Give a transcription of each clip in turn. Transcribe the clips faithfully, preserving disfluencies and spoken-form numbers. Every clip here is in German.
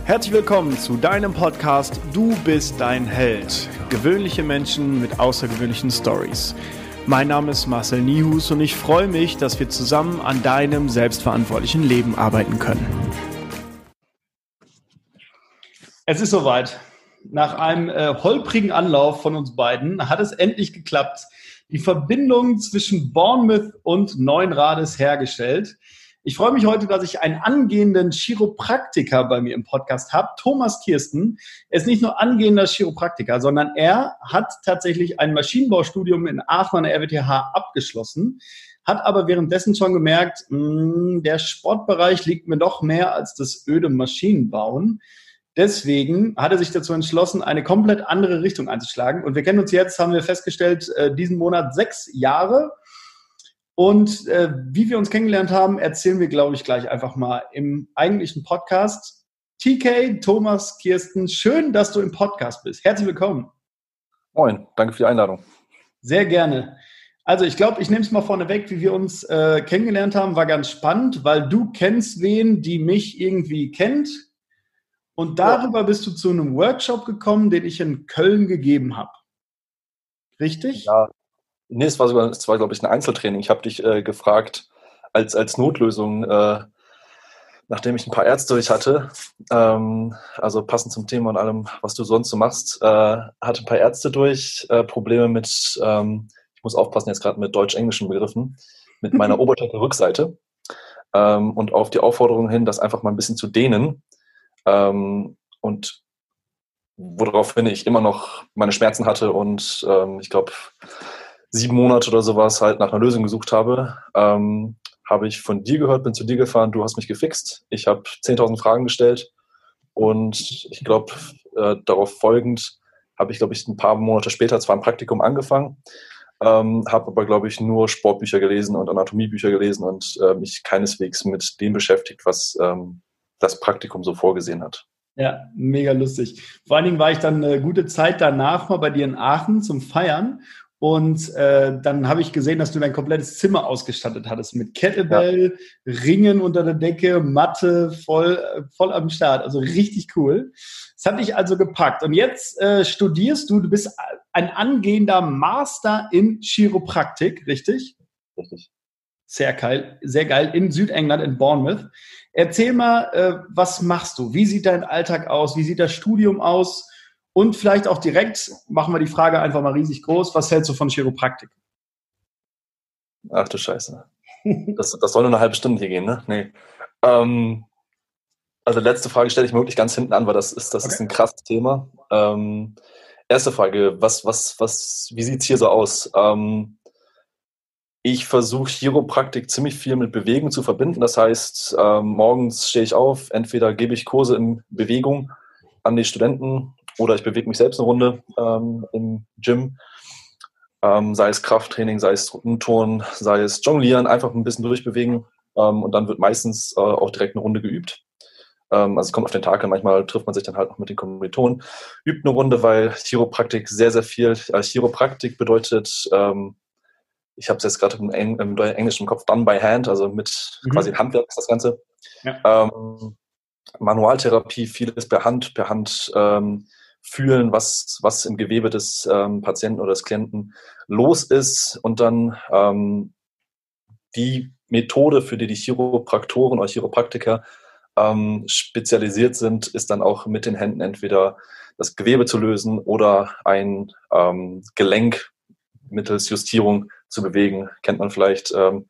Herzlich willkommen zu deinem Podcast Du bist dein Held. Gewöhnliche Menschen mit außergewöhnlichen Stories. Mein Name ist Marcel Nihus und ich freue mich, dass wir zusammen an deinem selbstverantwortlichen Leben arbeiten können. Es ist soweit. Nach einem äh, holprigen Anlauf von uns beiden hat es endlich geklappt. Die Verbindung zwischen Bournemouth und Neuenrad ist hergestellt. Ich freue mich heute, dass ich einen angehenden Chiropraktiker bei mir im Podcast habe, Thomas Kirsten. Er ist nicht nur angehender Chiropraktiker, sondern er hat tatsächlich ein Maschinenbaustudium in Aachen an der R W T H abgeschlossen, hat aber währenddessen schon gemerkt, mh, der Sportbereich liegt mir doch mehr als das öde Maschinenbauen. Deswegen hat er sich dazu entschlossen, eine komplett andere Richtung einzuschlagen. Und wir kennen uns jetzt, haben wir festgestellt, diesen Monat sechs Jahre. Und äh, wie wir uns kennengelernt haben, erzählen wir, glaube ich, gleich einfach mal im eigentlichen Podcast. T K, Thomas Kirsten, schön, dass du im Podcast bist. Herzlich willkommen. Moin, danke für die Einladung. Sehr gerne. Also ich glaube, ich nehme es mal vorneweg, wie wir uns äh, kennengelernt haben, war ganz spannend, weil du kennst wen, die mich irgendwie kennt. Und darüber bist du zu einem Workshop gekommen, den ich in Köln gegeben habe. Richtig? Ja. Nee, es war sogar, es war, glaube ich, ein Einzeltraining. Ich habe dich äh, gefragt, als, als Notlösung, äh, nachdem ich ein paar Ärzte durch hatte, ähm, also passend zum Thema und allem, was du sonst so machst, äh, hatte ein paar Ärzte durch, äh, Probleme mit, ähm, ich muss aufpassen jetzt gerade mit deutsch-englischen Begriffen, mit meiner Oberschenkelrückseite ähm, und auf die Aufforderung hin, das einfach mal ein bisschen zu dehnen ähm, und woraufhin ich immer noch meine Schmerzen hatte und ähm, ich glaube, sieben Monate oder sowas halt nach einer Lösung gesucht habe, ähm, habe ich von dir gehört, bin zu dir gefahren, du hast mich gefixt. Ich habe zehntausend Fragen gestellt und ich glaube, äh, darauf folgend habe ich, glaube ich, ein paar Monate später zwar ein Praktikum angefangen, ähm, habe aber, glaube ich, nur Sportbücher gelesen und Anatomiebücher gelesen und äh, mich keineswegs mit dem beschäftigt, was ähm, das Praktikum so vorgesehen hat. Ja, mega lustig. Vor allen Dingen war ich dann eine gute Zeit danach mal bei dir in Aachen zum Feiern. Und äh, dann habe ich gesehen, dass du dein komplettes Zimmer ausgestattet hattest mit Kettlebell, ja. Ringen unter der Decke, Matte, voll, voll am Start. Also richtig cool. Das hat dich also gepackt. Und jetzt äh, studierst du, du bist ein angehender Master in Chiropraktik, richtig? Richtig. Sehr geil, sehr geil, in Südengland, in Bournemouth. Erzähl mal, äh, was machst du? Wie sieht dein Alltag aus? Wie sieht das Studium aus? Und vielleicht auch direkt, machen wir die Frage einfach mal riesig groß, was hältst du von Chiropraktik? Ach du Scheiße. Das, das soll nur eine halbe Stunde hier gehen, ne? Nee. Ähm, also letzte Frage stelle ich mir wirklich ganz hinten an, weil das ist, das okay. ist ein krasses Thema. Ähm, erste Frage, was, was, was, wie sieht es hier so aus? Ähm, ich versuche Chiropraktik ziemlich viel mit Bewegung zu verbinden. Das heißt, ähm, morgens stehe ich auf, entweder gebe ich Kurse in Bewegung an die Studenten, oder ich bewege mich selbst eine Runde ähm, im Gym, ähm, sei es Krafttraining, sei es Turnen, sei es Jonglieren, einfach ein bisschen durchbewegen ähm, und dann wird meistens äh, auch direkt eine Runde geübt. Ähm, also es kommt auf den Tag an, manchmal trifft man sich dann halt noch mit den Kommilitonen, übt eine Runde, weil Chiropraktik sehr, sehr viel, äh, Chiropraktik bedeutet, ähm, ich habe es jetzt gerade im, Eng, im Englischen im Kopf, done by hand, also mit mhm. quasi Handwerk ist das Ganze. Ja. Ähm, Manualtherapie, vieles per Hand, per Hand ähm, fühlen, was, was im Gewebe des ähm, Patienten oder des Klienten los ist und dann ähm, die Methode, für die die Chiropraktoren oder Chiropraktiker ähm, spezialisiert sind, ist dann auch mit den Händen entweder das Gewebe zu lösen oder ein ähm, Gelenk mittels Justierung zu bewegen. Kennt man vielleicht, ähm,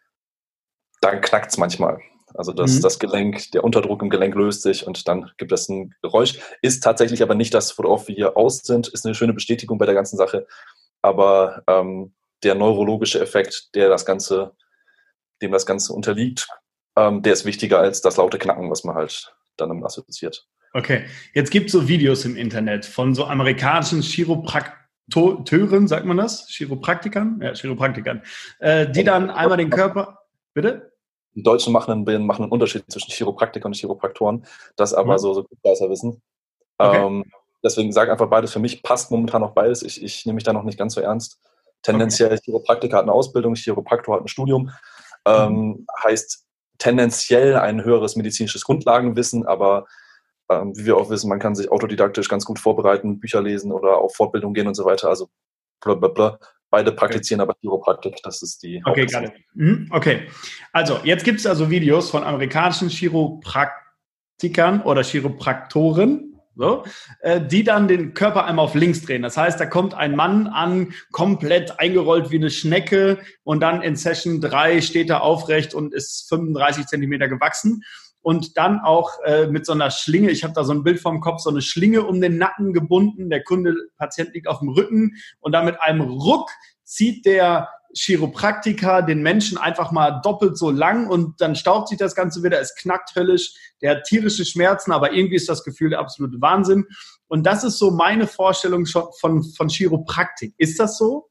dann knackt es manchmal. Also das, mhm. das Gelenk, der Unterdruck im Gelenk löst sich und dann gibt es ein Geräusch. Ist tatsächlich aber nicht das, worauf wir hier aus sind. Ist eine schöne Bestätigung bei der ganzen Sache. Aber ähm, der neurologische Effekt, der das Ganze, dem das Ganze unterliegt, ähm, der ist wichtiger als das laute Knacken, was man halt dann damit assoziiert. Okay, jetzt gibt es so Videos im Internet von so amerikanischen Chiroprakteuren, sagt man das? Chiropraktikern? Ja, Chiropraktikern. Äh, die dann einmal den Körper... Bitte? Die Deutschen machen einen, machen einen Unterschied zwischen Chiropraktiker und Chiropraktoren, das aber mhm. so, so gut besser wissen. Okay. Ähm, deswegen sage einfach beides, für mich passt momentan auch beides. Ich, ich nehme mich da noch nicht ganz so ernst. Tendenziell, okay. Chiropraktiker hat eine Ausbildung, Chiropraktor hat ein Studium. Ähm, mhm. Heißt tendenziell ein höheres medizinisches Grundlagenwissen, aber ähm, wie wir auch wissen, man kann sich autodidaktisch ganz gut vorbereiten, Bücher lesen oder auf Fortbildung gehen und so weiter. Also blablabla. Beide praktizieren okay. aber Chiropraktik. Das ist die Okay, gerade. Mhm. Okay. Also, jetzt gibt es also Videos von amerikanischen Chiropraktikern oder Chiropraktoren, so, äh, die dann den Körper einmal auf links drehen. Das heißt, da kommt ein Mann an, komplett eingerollt wie eine Schnecke und dann in Session drei steht er aufrecht und ist fünfunddreißig Zentimeter gewachsen. Und dann auch äh, mit so einer Schlinge, ich habe da so ein Bild vom Kopf, so eine Schlinge um den Nacken gebunden, der Kunde, Patient liegt auf dem Rücken und dann mit einem Ruck zieht der Chiropraktiker den Menschen einfach mal doppelt so lang und dann staucht sich das Ganze wieder, es knackt höllisch, der hat tierische Schmerzen, aber irgendwie ist das Gefühl der absolute Wahnsinn. Und das ist so meine Vorstellung von, von Chiropraktik. Ist das so?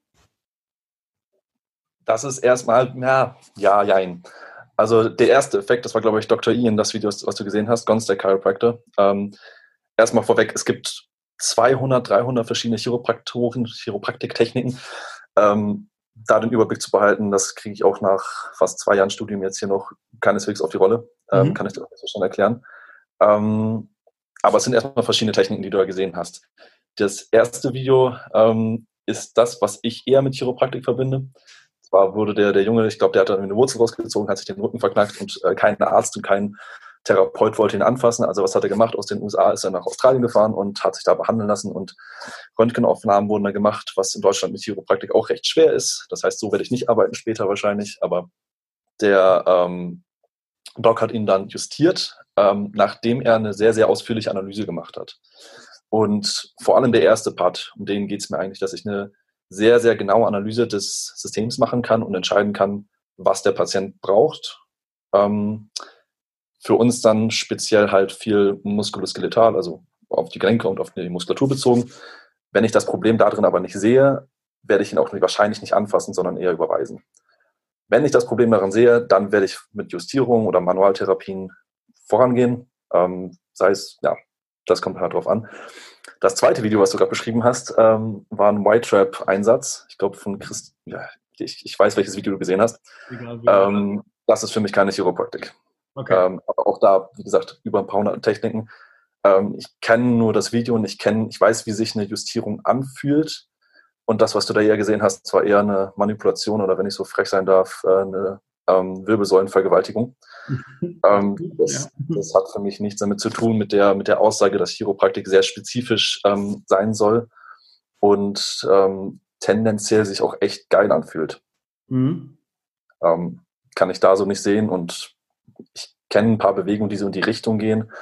Das ist erstmal, ja, ja, jein. Also der erste Effekt, das war, glaube ich, Doktor Ian, das Video, was du gesehen hast, Gonstead Chiropractor. Ähm, erstmal vorweg, es gibt zweihundert, dreihundert verschiedene Chiropraktoren, Chiropraktiktechniken. Ähm, da den Überblick zu behalten, das kriege ich auch nach fast zwei Jahren Studium jetzt hier noch keineswegs auf die Rolle. Ähm, mhm. Kann ich dir auch nicht so schnell erklären. Ähm, aber es sind erstmal verschiedene Techniken, die du da gesehen hast. Das erste Video ähm, ist das, was ich eher mit Chiropraktik verbinde. Zwar wurde der, der Junge, ich glaube, der hat dann eine Wurzel rausgezogen, hat sich den Rücken verknackt und äh, kein Arzt und kein Therapeut wollte ihn anfassen. Also was hat er gemacht? Aus den U S A ist er nach Australien gefahren und hat sich da behandeln lassen und Röntgenaufnahmen wurden da gemacht, was in Deutschland mit Chiropraktik auch recht schwer ist. Das heißt, so werde ich nicht arbeiten später wahrscheinlich, aber der ähm, Doc hat ihn dann justiert, ähm, nachdem er eine sehr, sehr ausführliche Analyse gemacht hat. Und vor allem der erste Part, um den geht es mir eigentlich, dass ich eine sehr, sehr genaue Analyse des Systems machen kann und entscheiden kann, was der Patient braucht. Ähm, für uns dann speziell halt viel muskuloskeletal, also auf die Gelenke und auf die Muskulatur bezogen. Wenn ich das Problem da drin aber nicht sehe, werde ich ihn auch wahrscheinlich nicht anfassen, sondern eher überweisen. Wenn ich das Problem darin sehe, dann werde ich mit Justierung oder Manualtherapien vorangehen. Ähm, sei es, ja, das kommt halt drauf an. Das zweite Video, was du gerade beschrieben hast, ähm, war ein White-Trap-Einsatz. Ich glaube von Christ, ja, ich, ich weiß, welches Video du gesehen hast. Egal, ähm, das ist für mich keine Chiropraktik. Okay. Ähm, aber auch da, wie gesagt, über ein paar hundert Techniken. Ähm, ich kenne nur das Video und ich kenne, ich weiß, wie sich eine Justierung anfühlt. Und das, was du da eher gesehen hast, war eher eine Manipulation oder, wenn ich so frech sein darf, eine ähm, Wirbelsäulenvergewaltigung. ähm, das, das hat für mich nichts damit zu tun mit der, mit der Aussage, dass Chiropraktik sehr spezifisch ähm, sein soll und ähm, tendenziell sich auch echt geil anfühlt. Mhm. Ähm, kann ich da so nicht sehen und ich kenne ein paar Bewegungen, die so in die Richtung gehen.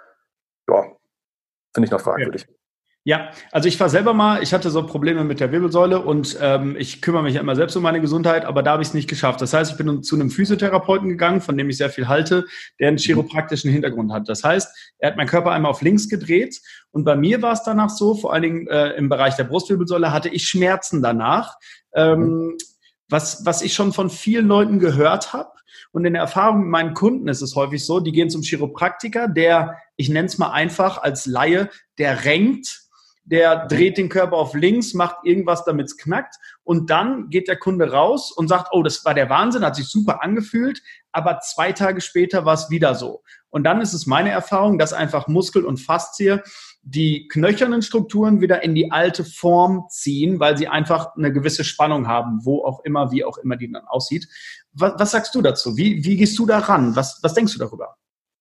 Ja, finde ich noch fragwürdig. Okay. Ja, also ich war selber mal, ich hatte so Probleme mit der Wirbelsäule und ähm, ich kümmere mich ja immer selbst um meine Gesundheit, aber da habe ich es nicht geschafft. Das heißt, ich bin zu einem Physiotherapeuten gegangen, von dem ich sehr viel halte, der einen chiropraktischen Hintergrund hat. Das heißt, er hat meinen Körper einmal auf links gedreht und bei mir war es danach so, vor allen Dingen äh, im Bereich der Brustwirbelsäule hatte ich Schmerzen danach, ähm, mhm. was, was ich schon von vielen Leuten gehört habe. Und in der Erfahrung mit meinen Kunden ist es häufig so, die gehen zum Chiropraktiker, der, ich nenne es mal einfach als Laie, der renkt, der dreht den Körper auf links, macht irgendwas, damit es knackt und dann geht der Kunde raus und sagt, oh, das war der Wahnsinn, hat sich super angefühlt, aber zwei Tage später war es wieder so. Und dann ist es meine Erfahrung, dass einfach Muskel und Faszie die knöchernen Strukturen wieder in die alte Form ziehen, weil sie einfach eine gewisse Spannung haben, wo auch immer, wie auch immer die dann aussieht. Was, was sagst du dazu? Wie, wie gehst du da ran? Was, was denkst du darüber?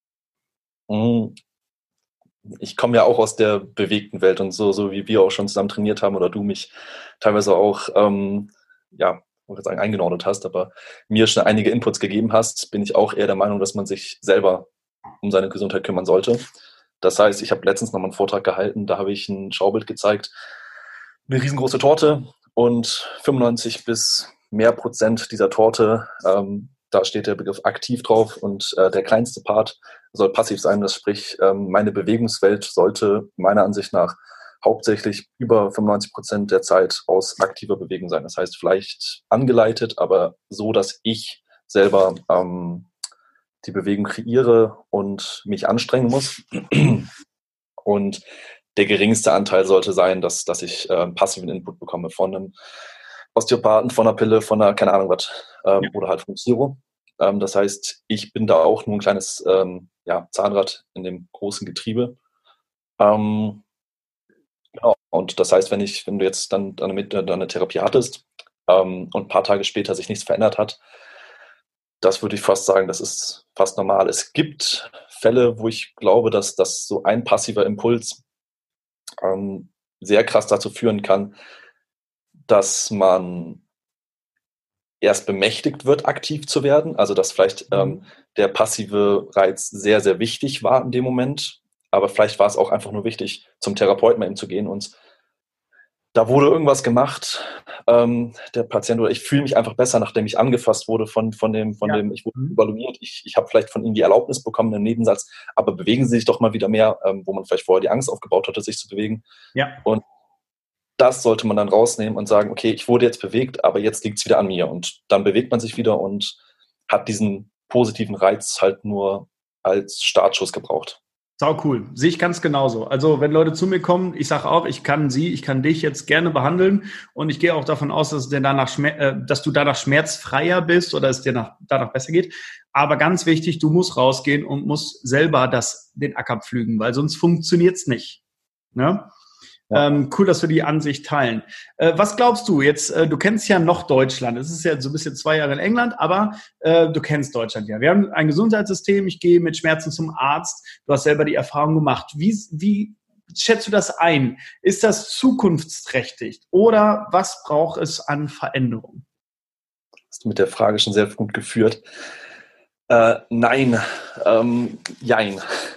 Ich komme ja auch aus der bewegten Welt und so, so wie wir auch schon zusammen trainiert haben oder du mich teilweise auch, ähm, ja, ich wollte sagen, eingeordnet hast, aber mir schon einige Inputs gegeben hast, bin ich auch eher der Meinung, dass man sich selber um seine Gesundheit kümmern sollte. Das heißt, ich habe letztens noch mal einen Vortrag gehalten, da habe ich ein Schaubild gezeigt, eine riesengroße Torte und fünfundneunzig bis mehr Prozent dieser Torte, ähm, da steht der Begriff aktiv drauf und äh, der kleinste Part soll passiv sein. Das sprich, ähm, meine Bewegungswelt sollte meiner Ansicht nach hauptsächlich über fünfundneunzig Prozent der Zeit aus aktiver Bewegung sein. Das heißt, vielleicht angeleitet, aber so, dass ich selber ähm, die Bewegung kreiere und mich anstrengen muss. Und der geringste Anteil sollte sein, dass, dass ich äh, passiven Input bekomme von einem Osteopathen, von einer Pille, von einer, keine Ahnung was, ähm, ja. oder halt vom Chiro. Ähm, das heißt, ich bin da auch nur ein kleines ähm, ja, Zahnrad in dem großen Getriebe Ähm, genau. Und das heißt, wenn ich, wenn du jetzt dann deine, deine Therapie hattest ähm, und ein paar Tage später sich nichts verändert hat, das würde ich fast sagen, das ist fast normal. Es gibt Fälle, wo ich glaube, dass, dass so ein passiver Impuls ähm, sehr krass dazu führen kann, dass man erst bemächtigt wird, aktiv zu werden. Also dass vielleicht Mhm. ähm, der passive Reiz sehr, sehr wichtig war in dem Moment. Aber vielleicht war es auch einfach nur wichtig, zum Therapeuten mal eben zu gehen. Und da wurde irgendwas gemacht, ähm, der Patient, oder ich fühle mich einfach besser, nachdem ich angefasst wurde von, von dem, von Ja. dem, ich wurde Mhm. evaluiert, ich, ich habe vielleicht von ihm die Erlaubnis bekommen, einen Nebensatz, aber bewegen Sie sich doch mal wieder mehr, ähm, wo man vielleicht vorher die Angst aufgebaut hatte, sich zu bewegen. Ja. Und das sollte man dann rausnehmen und sagen, okay, ich wurde jetzt bewegt, aber jetzt liegt es wieder an mir. Und dann bewegt man sich wieder und hat diesen positiven Reiz halt nur als Startschuss gebraucht. Sau cool. Sehe ich ganz genauso. Also wenn Leute zu mir kommen, ich sage auch, ich kann sie, ich kann dich jetzt gerne behandeln und ich gehe auch davon aus, dass, dir danach Schmer- äh, dass du danach schmerzfreier bist oder es dir nach, danach besser geht. Aber ganz wichtig, du musst rausgehen und musst selber das, den Acker pflügen, weil sonst funktioniert's nicht. Ne? Ja. Ähm, cool, dass wir die Ansicht teilen. Äh, was glaubst du jetzt? Äh, du kennst ja noch Deutschland. Es ist ja so ein bisschen zwei Jahre in England, aber äh, du kennst Deutschland ja. Wir haben ein Gesundheitssystem. Ich gehe mit Schmerzen zum Arzt. Du hast selber die Erfahrung gemacht. Wie, wie schätzt du das ein? Ist das zukunftsträchtig oder was braucht es an Veränderung? Hast du mit der Frage schon sehr gut geführt. Äh, nein, ähm, jein.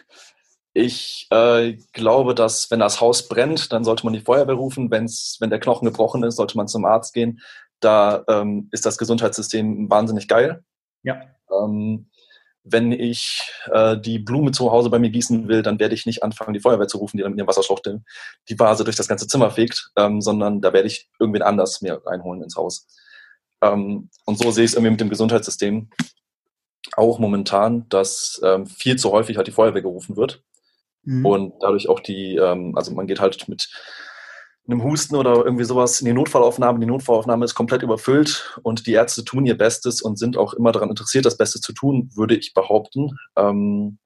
Ich äh, glaube, dass wenn das Haus brennt, dann sollte man die Feuerwehr rufen. Wenn's, wenn der Knochen gebrochen ist, sollte man zum Arzt gehen. Da ähm, ist das Gesundheitssystem wahnsinnig geil. Ja. Ähm, wenn ich äh, die Blume zu Hause bei mir gießen will, dann werde ich nicht anfangen, die Feuerwehr zu rufen, die dann mit ihrem Wasserschlauch die Vase durch das ganze Zimmer fegt, ähm, sondern da werde ich irgendwen anders mir reinholen ins Haus. Ähm, und so sehe ich es irgendwie mit dem Gesundheitssystem auch momentan, dass ähm, viel zu häufig halt die Feuerwehr gerufen wird. Mhm. Und dadurch auch die, ähm, also man geht halt mit einem Husten oder irgendwie sowas in die Notfallaufnahme. Die Notfallaufnahme ist komplett überfüllt und die Ärzte tun ihr Bestes und sind auch immer daran interessiert, das Beste zu tun, würde ich behaupten. Ähm,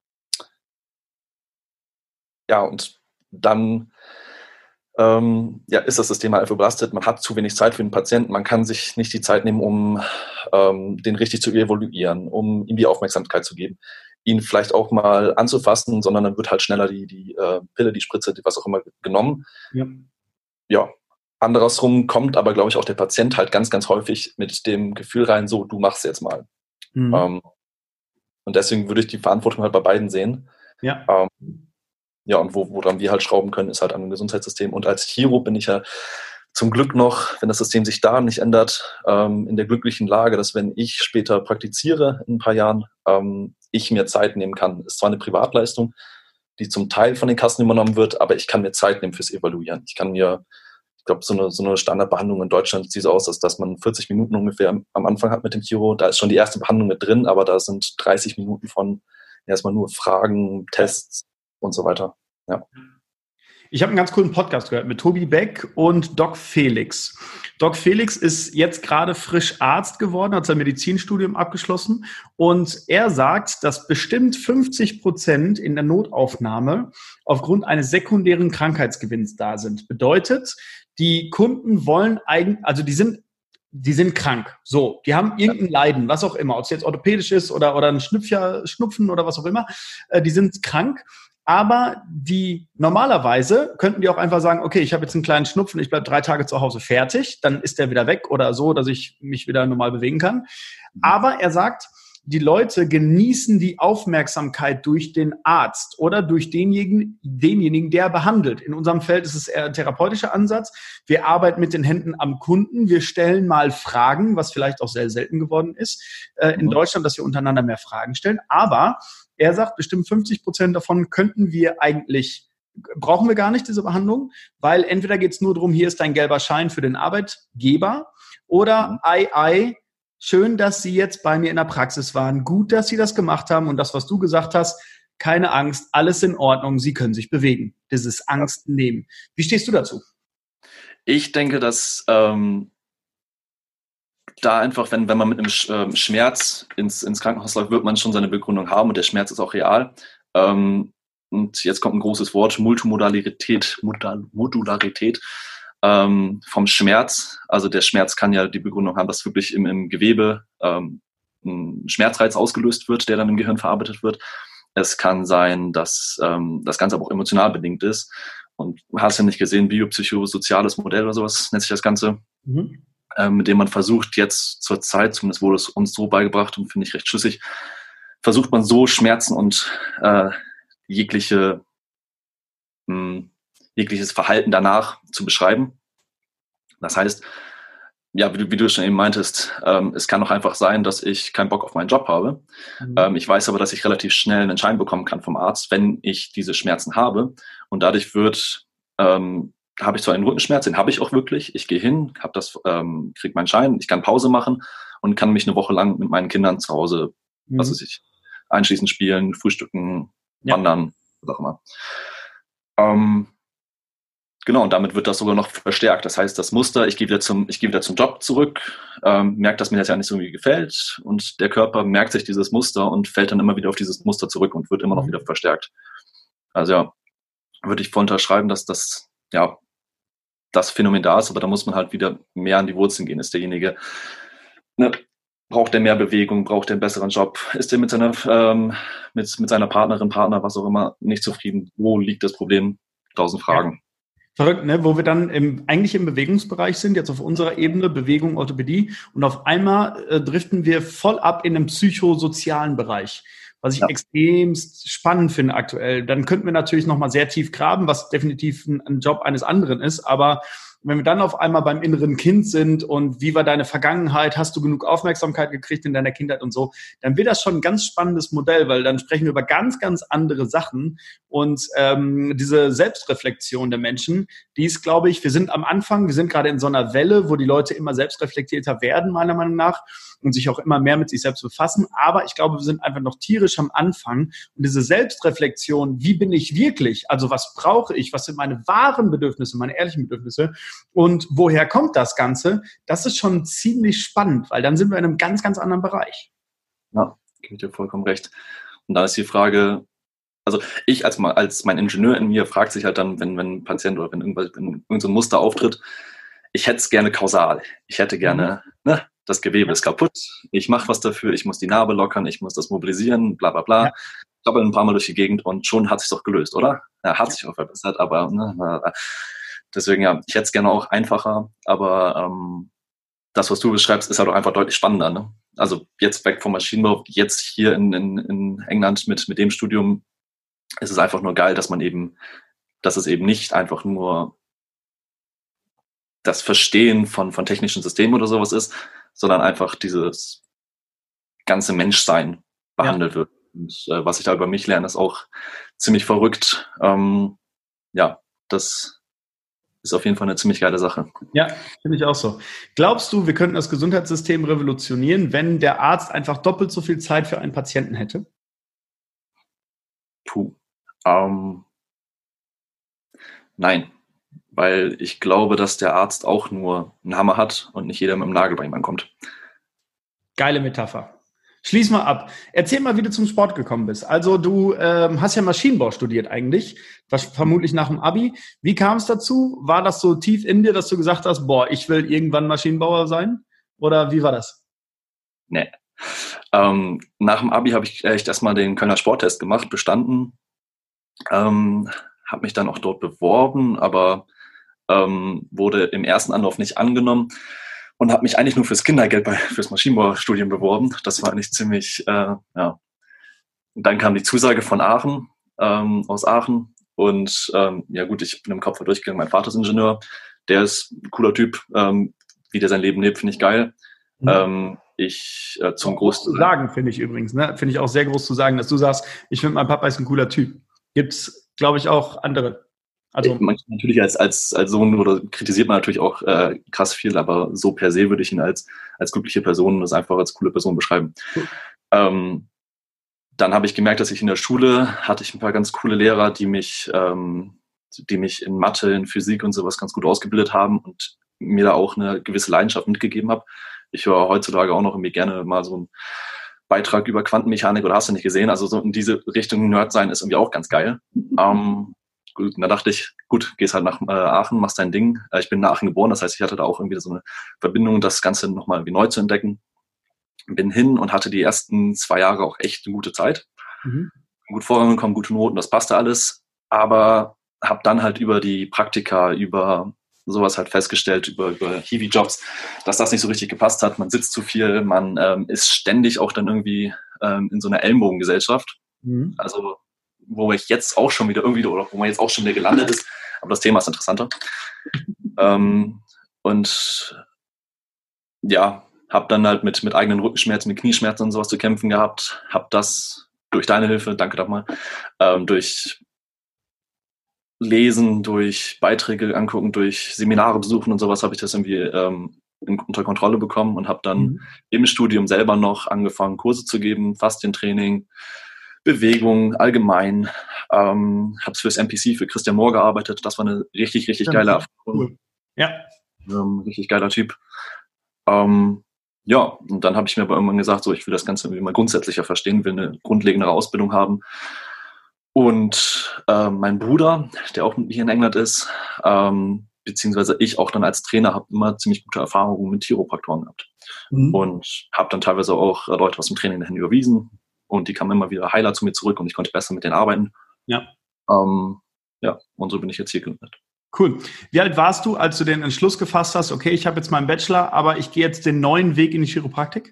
ja, und dann ähm, ja, ist das System halt einfach überlastet. Man hat zu wenig Zeit für den Patienten. Man kann sich nicht die Zeit nehmen, um ähm, den richtig zu evaluieren, um ihm die Aufmerksamkeit zu geben, ihn vielleicht auch mal anzufassen, sondern dann wird halt schneller die, die äh, Pille, die Spritze, die, was auch immer genommen. Ja. Ja, andersrum kommt aber, glaube ich, auch der Patient halt ganz, ganz häufig mit dem Gefühl rein, so, du machst jetzt mal. Mhm. Ähm, und deswegen würde ich die Verantwortung halt bei beiden sehen. Ja. Ähm, ja, und wo, woran wir halt schrauben können, ist halt am Gesundheitssystem. Und als Chiro bin ich ja zum Glück noch, wenn das System sich da nicht ändert, ähm, in der glücklichen Lage, dass wenn ich später praktiziere in ein paar Jahren, ähm, ich mir Zeit nehmen kann. Ist zwar eine Privatleistung, die zum Teil von den Kassen übernommen wird, aber ich kann mir Zeit nehmen fürs Evaluieren. Ich kann mir, ich glaube, so eine, so eine Standardbehandlung in Deutschland sieht so aus, dass, dass man vierzig Minuten ungefähr am, am Anfang hat mit dem Chiro. Da ist schon die erste Behandlung mit drin, aber da sind dreißig Minuten von erstmal nur Fragen, Tests und so weiter. Ja. Ich habe einen ganz coolen Podcast gehört mit Tobi Beck und Doc Felix. Doc Felix ist jetzt gerade frisch Arzt geworden, hat sein Medizinstudium abgeschlossen und er sagt, dass bestimmt fünfzig Prozent in der Notaufnahme aufgrund eines sekundären Krankheitsgewinns da sind. Bedeutet, die Kunden wollen eigentlich, also die sind die sind krank. So, die haben irgendein Leiden, was auch immer, ob es jetzt orthopädisch ist oder, oder ein Schnüpfchen, Schnupfen oder was auch immer. Äh, die sind krank. Aber die normalerweise könnten die auch einfach sagen, okay, ich habe jetzt einen kleinen Schnupfen, ich bleibe drei Tage zu Hause fertig, dann ist der wieder weg oder so, dass ich mich wieder normal bewegen kann. Aber er sagt, die Leute genießen die Aufmerksamkeit durch den Arzt oder durch denjenigen, denjenigen, der behandelt. In unserem Feld ist es eher ein therapeutischer Ansatz. Wir arbeiten mit den Händen am Kunden. Wir stellen mal Fragen, was vielleicht auch sehr selten geworden ist äh, in Deutschland, dass wir untereinander mehr Fragen stellen. Aber er sagt, bestimmt fünfzig Prozent davon könnten wir eigentlich, brauchen wir gar nicht, diese Behandlung, weil entweder geht es nur darum, hier ist dein gelber Schein für den Arbeitgeber oder ei, ei, schön, dass Sie jetzt bei mir in der Praxis waren. Gut, dass Sie das gemacht haben. Und das, was du gesagt hast, keine Angst, alles in Ordnung. Sie können sich bewegen. Dieses Angst nehmen. Wie stehst du dazu? Ich denke, dass ähm, da einfach, wenn, wenn man mit einem Sch ähm, Schmerz ins, ins Krankenhaus läuft, wird man schon seine Begründung haben und der Schmerz ist auch real. Ähm, und jetzt kommt ein großes Wort, Multimodalität, Modal, Modularität ähm, vom Schmerz. Also der Schmerz kann ja die Begründung haben, dass wirklich im, im Gewebe ähm, ein Schmerzreiz ausgelöst wird, der dann im Gehirn verarbeitet wird. Es kann sein, dass ähm, das Ganze aber auch emotional bedingt ist. Und hast ja nicht gesehen, biopsychosoziales Modell oder sowas nennt sich das Ganze, mhm. ähm, mit dem man versucht, jetzt zur Zeit, zumindest wurde es uns so beigebracht und finde ich recht schlüssig, versucht man so Schmerzen und äh, jegliche, mh, jegliches Verhalten danach zu beschreiben. Das heißt, ja, wie du, wie du schon eben meintest, ähm, es kann auch einfach sein, dass ich keinen Bock auf meinen Job habe. Mhm. Ähm, ich weiß aber, dass ich relativ schnell einen Schein bekommen kann vom Arzt, wenn ich diese Schmerzen habe. Und dadurch wird, ähm, habe ich zwar einen Rückenschmerz, den habe ich auch wirklich. Ich gehe hin, habe das, ähm, kriege meinen Schein, ich kann Pause machen und kann mich eine Woche lang mit meinen Kindern zu Hause, mhm. was weiß ich, einschließend spielen, frühstücken, ja. wandern, was auch immer. Ähm, Genau, und damit wird das sogar noch verstärkt. Das heißt, das Muster, ich gehe wieder zum, ich gehe wieder zum Job zurück, ähm, merke, dass mir das ja nicht so irgendwie gefällt und der Körper merkt sich dieses Muster und fällt dann immer wieder auf dieses Muster zurück und wird immer noch wieder verstärkt. Also ja, würde ich voll unterschreiben, dass das, ja, das Phänomen da ist, aber da muss man halt wieder mehr an die Wurzeln gehen. Ist derjenige, ne, braucht der mehr Bewegung, braucht der einen besseren Job, ist der mit seiner, ähm, mit, mit seiner Partnerin, Partner, was auch immer, nicht zufrieden? Wo liegt das Problem? Tausend Fragen. Ja. Verrückt, ne? Wo wir dann im, eigentlich im Bewegungsbereich sind, jetzt auf unserer Ebene, Bewegung, Orthopädie, und auf einmal äh, driften wir voll ab in den psychosozialen Bereich, was ich ja. extrem spannend finde aktuell. Dann könnten wir natürlich nochmal sehr tief graben, was definitiv ein, ein Job eines anderen ist, aber wenn wir dann auf einmal beim inneren Kind sind und wie war deine Vergangenheit, hast du genug Aufmerksamkeit gekriegt in deiner Kindheit und so, dann wird das schon ein ganz spannendes Modell, weil dann sprechen wir über ganz, ganz andere Sachen und ähm, diese Selbstreflexion der Menschen, die ist, glaube ich, wir sind am Anfang, wir sind gerade in so einer Welle, wo die Leute immer selbstreflektierter werden, meiner Meinung nach, und sich auch immer mehr mit sich selbst befassen, aber ich glaube, wir sind einfach noch tierisch am Anfang und diese Selbstreflexion, wie bin ich wirklich, also was brauche ich, was sind meine wahren Bedürfnisse, meine ehrlichen Bedürfnisse, und woher kommt das Ganze? Das ist schon ziemlich spannend, weil dann sind wir in einem ganz, ganz anderen Bereich. Ja, gebe ich dir vollkommen recht. Und da ist die Frage, also ich als, als mein Ingenieur in mir fragt sich halt dann, wenn, wenn ein Patient oder wenn irgendwas, wenn irgend so ein Muster auftritt, ich hätte es gerne kausal. Ich hätte gerne, mhm. ne, das Gewebe ist kaputt, ich mache was dafür, ich muss die Narbe lockern, ich muss das mobilisieren, bla bla bla. Ja. Ich glaube ein paar Mal durch die Gegend und schon hat sich doch gelöst, oder? Ja, hat sich auch verbessert, aber ne, deswegen ja, ich hätte es gerne auch einfacher, aber ähm, das, was du beschreibst, ist halt auch einfach deutlich spannender. Ne? Also jetzt weg vom Maschinenbau, jetzt hier in, in, in England mit, mit dem Studium ist es einfach nur geil, dass man eben, dass es eben nicht einfach nur das Verstehen von, von technischen Systemen oder sowas ist, sondern einfach dieses ganze Menschsein behandelt ja. wird. Und äh, was ich da über mich lerne, ist auch ziemlich verrückt. Ähm, ja, das ist auf jeden Fall eine ziemlich geile Sache. Ja, finde ich auch so. Glaubst du, wir könnten das Gesundheitssystem revolutionieren, wenn der Arzt einfach doppelt so viel Zeit für einen Patienten hätte? Puh. Ähm, nein, weil ich glaube, dass der Arzt auch nur einen Hammer hat und nicht jeder mit dem Nagel bei ihm ankommt. Geile Metapher. Schließ mal ab. Erzähl mal, wie du zum Sport gekommen bist. Also du ähm, hast ja Maschinenbau studiert eigentlich, was vermutlich nach dem Abi. Wie kam es dazu? War das so tief in dir, dass du gesagt hast, boah, ich will irgendwann Maschinenbauer sein? Oder wie war das? Nee. Ähm, nach dem Abi habe ich echt erstmal den Kölner Sporttest gemacht, bestanden. Ähm, habe mich dann auch dort beworben, aber ähm, wurde im ersten Anlauf nicht angenommen. Und habe mich eigentlich nur fürs Kindergeld bei, fürs Maschinenbaustudium beworben. Das war eigentlich ziemlich, äh, ja. Und dann kam die Zusage von Aachen, ähm, aus Aachen. Und ähm, ja gut, ich bin im Kopf durchgegangen, mein Vater ist Ingenieur. Der ist ein cooler Typ. Ähm, wie der sein Leben lebt, finde ich geil. Mhm. Ähm, ich äh, zum Großteil... Groß zu sagen, finde ich übrigens. Ne? Finde ich auch sehr groß zu sagen, dass du sagst, ich finde, mein Papa ist ein cooler Typ. Gibt's, glaube ich, auch andere. Also man, natürlich als, als, als Sohn oder kritisiert man natürlich auch äh, krass viel, aber so per se würde ich ihn als, als glückliche Person und das einfach als coole Person beschreiben. Cool. Ähm, dann habe ich gemerkt, dass ich in der Schule hatte ich ein paar ganz coole Lehrer, die mich, ähm, die mich in Mathe, in Physik und sowas ganz gut ausgebildet haben und mir da auch eine gewisse Leidenschaft mitgegeben habe. Ich höre heutzutage auch noch irgendwie gerne mal so ein Beitrag über Quantenmechanik oder hast du nicht gesehen. Also so in diese Richtung Nerd sein ist irgendwie auch ganz geil. ähm, gut, und da dachte ich, gut, gehst halt nach äh, Aachen, machst dein Ding. Äh, ich bin in Aachen geboren, das heißt, ich hatte da auch irgendwie so eine Verbindung, das Ganze nochmal irgendwie neu zu entdecken. Bin hin und hatte die ersten zwei Jahre auch echt eine gute Zeit. Mhm. Gut vorangekommen, gute Noten, das passte alles. Aber habe dann halt über die Praktika, über sowas halt festgestellt, über, über Hiwi-Jobs, dass das nicht so richtig gepasst hat. Man sitzt zu viel, man ähm, ist ständig auch dann irgendwie ähm, in so einer Ellenbogengesellschaft. Mhm. Also wo ich jetzt auch schon wieder irgendwie, oder wo man jetzt auch schon wieder gelandet ist. Aber das Thema ist interessanter. ähm, und ja, habe dann halt mit, mit eigenen Rückenschmerzen, mit Knieschmerzen und sowas zu kämpfen gehabt. Habe das durch deine Hilfe, danke doch mal, ähm, durch Lesen, durch Beiträge angucken, durch Seminare besuchen und sowas habe ich das irgendwie ähm, in, unter Kontrolle bekommen und habe dann mhm. im Studium selber noch angefangen, Kurse zu geben, Faszientraining, Bewegung allgemein. Ähm, habe fürs M P C, für Christian Mohr gearbeitet. Das war eine richtig, richtig ja, geile Erfahrung. Cool. Ja. Ähm, richtig geiler Typ. Ähm, ja, und dann habe ich mir aber irgendwann gesagt, so ich will das Ganze irgendwie mal grundsätzlicher verstehen, will eine grundlegendere Ausbildung haben. Und äh, mein Bruder, der auch hier in England ist, ähm, beziehungsweise ich auch dann als Trainer, habe immer ziemlich gute Erfahrungen mit Chiropraktoren gehabt. Mhm. Und habe dann teilweise auch äh, Leute aus dem Training dahin überwiesen. Und die kamen immer wieder heiler zu mir zurück und ich konnte besser mit denen arbeiten. Ja. Ähm, ja, und so bin ich jetzt hier gelandet. Cool. Wie alt warst du, als du den Entschluss gefasst hast, okay, ich habe jetzt meinen Bachelor, aber ich gehe jetzt den neuen Weg in die Chiropraktik?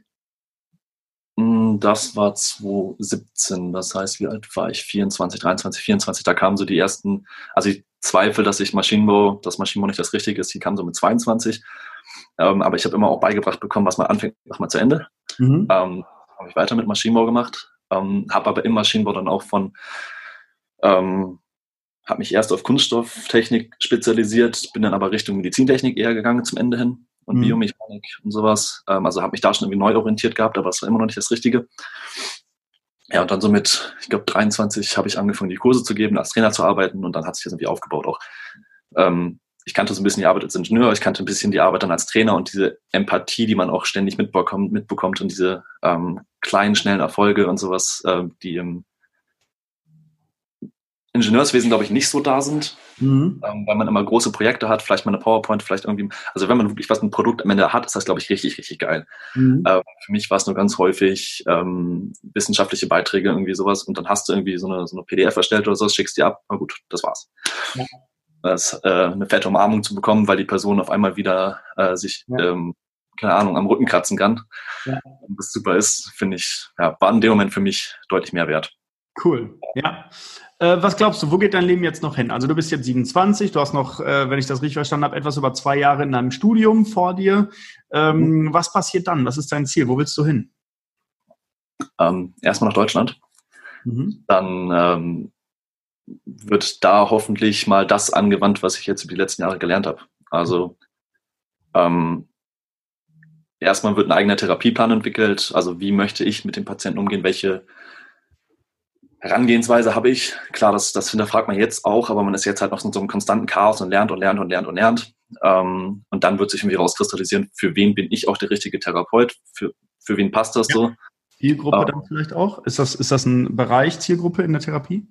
Das war zwanzig siebzehn, das heißt, wie alt war ich? vierundzwanzig, dreiundzwanzig, vierundzwanzig, da kamen so die ersten, also ich zweifle, dass ich Maschinenbau, dass Maschinenbau nicht das Richtige ist, die kamen so mit zweiundzwanzig, ähm, aber ich habe immer auch beigebracht bekommen, was man anfängt, macht man zu Ende. Mhm. Ähm, habe ich weiter mit Maschinenbau gemacht, ähm, habe aber im Maschinenbau dann auch von, ähm, habe mich erst auf Kunststofftechnik spezialisiert, bin dann aber Richtung Medizintechnik eher gegangen zum Ende hin. Und mhm. Biomechanik und sowas. Ähm, also habe mich da schon irgendwie neu orientiert gehabt, aber es war immer noch nicht das Richtige. Ja, und dann so mit, ich glaube, dreiundzwanzig habe ich angefangen, die Kurse zu geben, als Trainer zu arbeiten und dann hat sich das irgendwie aufgebaut auch. Ähm, ich kannte so ein bisschen die Arbeit als Ingenieur, ich kannte ein bisschen die Arbeit dann als Trainer und diese Empathie, die man auch ständig mitbekommt, mitbekommt und diese ähm, kleinen, schnellen Erfolge und sowas, äh, die im Ingenieurswesen, glaube ich, nicht so da sind, mhm. ähm, weil man immer große Projekte hat, vielleicht mal eine PowerPoint, vielleicht irgendwie, also wenn man wirklich was ein Produkt am Ende hat, ist das, glaube ich, richtig, richtig geil. Mhm. Ähm, für mich war es nur ganz häufig ähm, wissenschaftliche Beiträge, irgendwie sowas und dann hast du irgendwie so eine, so eine P D F erstellt oder so, schickst die ab, na gut, das war's. Ja. Das, äh, eine fette Umarmung zu bekommen, weil die Person auf einmal wieder äh, sich, ja. ähm, keine Ahnung, am Rücken kratzen kann, ja. was super ist, finde ich, ja, war in dem Moment für mich deutlich mehr wert. Cool, ja. Äh, was glaubst du, wo geht dein Leben jetzt noch hin? Also du bist jetzt siebenundzwanzig, du hast noch, äh, wenn ich das richtig verstanden habe, etwas über zwei Jahre in deinem Studium vor dir. Ähm, mhm. Was passiert dann? Was ist dein Ziel? Wo willst du hin? Ähm, erstmal nach Deutschland. Mhm. Dann ähm, wird da hoffentlich mal das angewandt, was ich jetzt über die letzten Jahre gelernt habe. Also ähm, erstmal wird ein eigener Therapieplan entwickelt. Also wie möchte ich mit dem Patienten umgehen? Welche Herangehensweise habe ich. Klar, das, das hinterfragt man jetzt auch, aber man ist jetzt halt noch in so einem konstanten Chaos und lernt und lernt und lernt und lernt. Ähm, und dann wird sich irgendwie rauskristallisieren, für wen bin ich auch der richtige Therapeut? Für, für wen passt das ja. so? Zielgruppe ähm, dann vielleicht auch? Ist das, ist das ein Bereich Zielgruppe in der Therapie?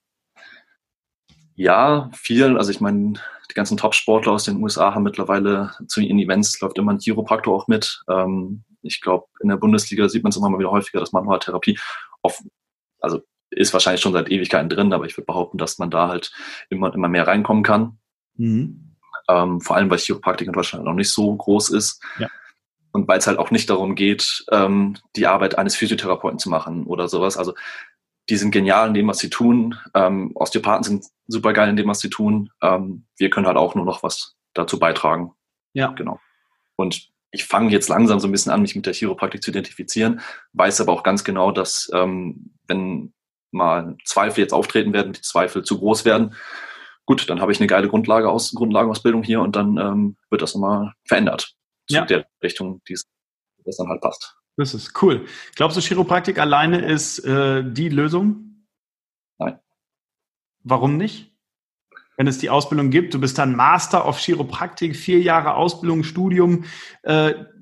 Ja, viel. Also ich meine, die ganzen Top-Sportler aus den U S A haben mittlerweile zu ihren Events läuft immer ein Chiropraktor auch mit. Ähm, ich glaube, in der Bundesliga sieht man es immer mal wieder häufiger, dass Manualtherapie auf, also ist wahrscheinlich schon seit Ewigkeiten drin, aber ich würde behaupten, dass man da halt immer, immer mehr reinkommen kann. Mhm. Ähm, vor allem, weil Chiropraktik in Deutschland noch nicht so groß ist. Ja. Und weil es halt auch nicht darum geht, ähm, die Arbeit eines Physiotherapeuten zu machen oder sowas. Also die sind genial in dem, was sie tun. Ähm, Osteopathen sind super geil in dem, was sie tun. Ähm, wir können halt auch nur noch was dazu beitragen. Ja. Genau. Und ich fange jetzt langsam so ein bisschen an, mich mit der Chiropraktik zu identifizieren, weiß aber auch ganz genau, dass ähm, wenn mal Zweifel jetzt auftreten werden, die Zweifel zu groß werden, gut, dann habe ich eine geile Grundlage aus, Grundlagenausbildung hier und dann ähm, wird das nochmal verändert zu ja. der Richtung, die es dann halt passt. Das ist cool. Glaubst du, Chiropraktik alleine ist äh, die Lösung? Nein. Warum nicht? Wenn es die Ausbildung gibt, du bist dann Master of Chiropraktik, vier Jahre Ausbildung, Studium. Äh,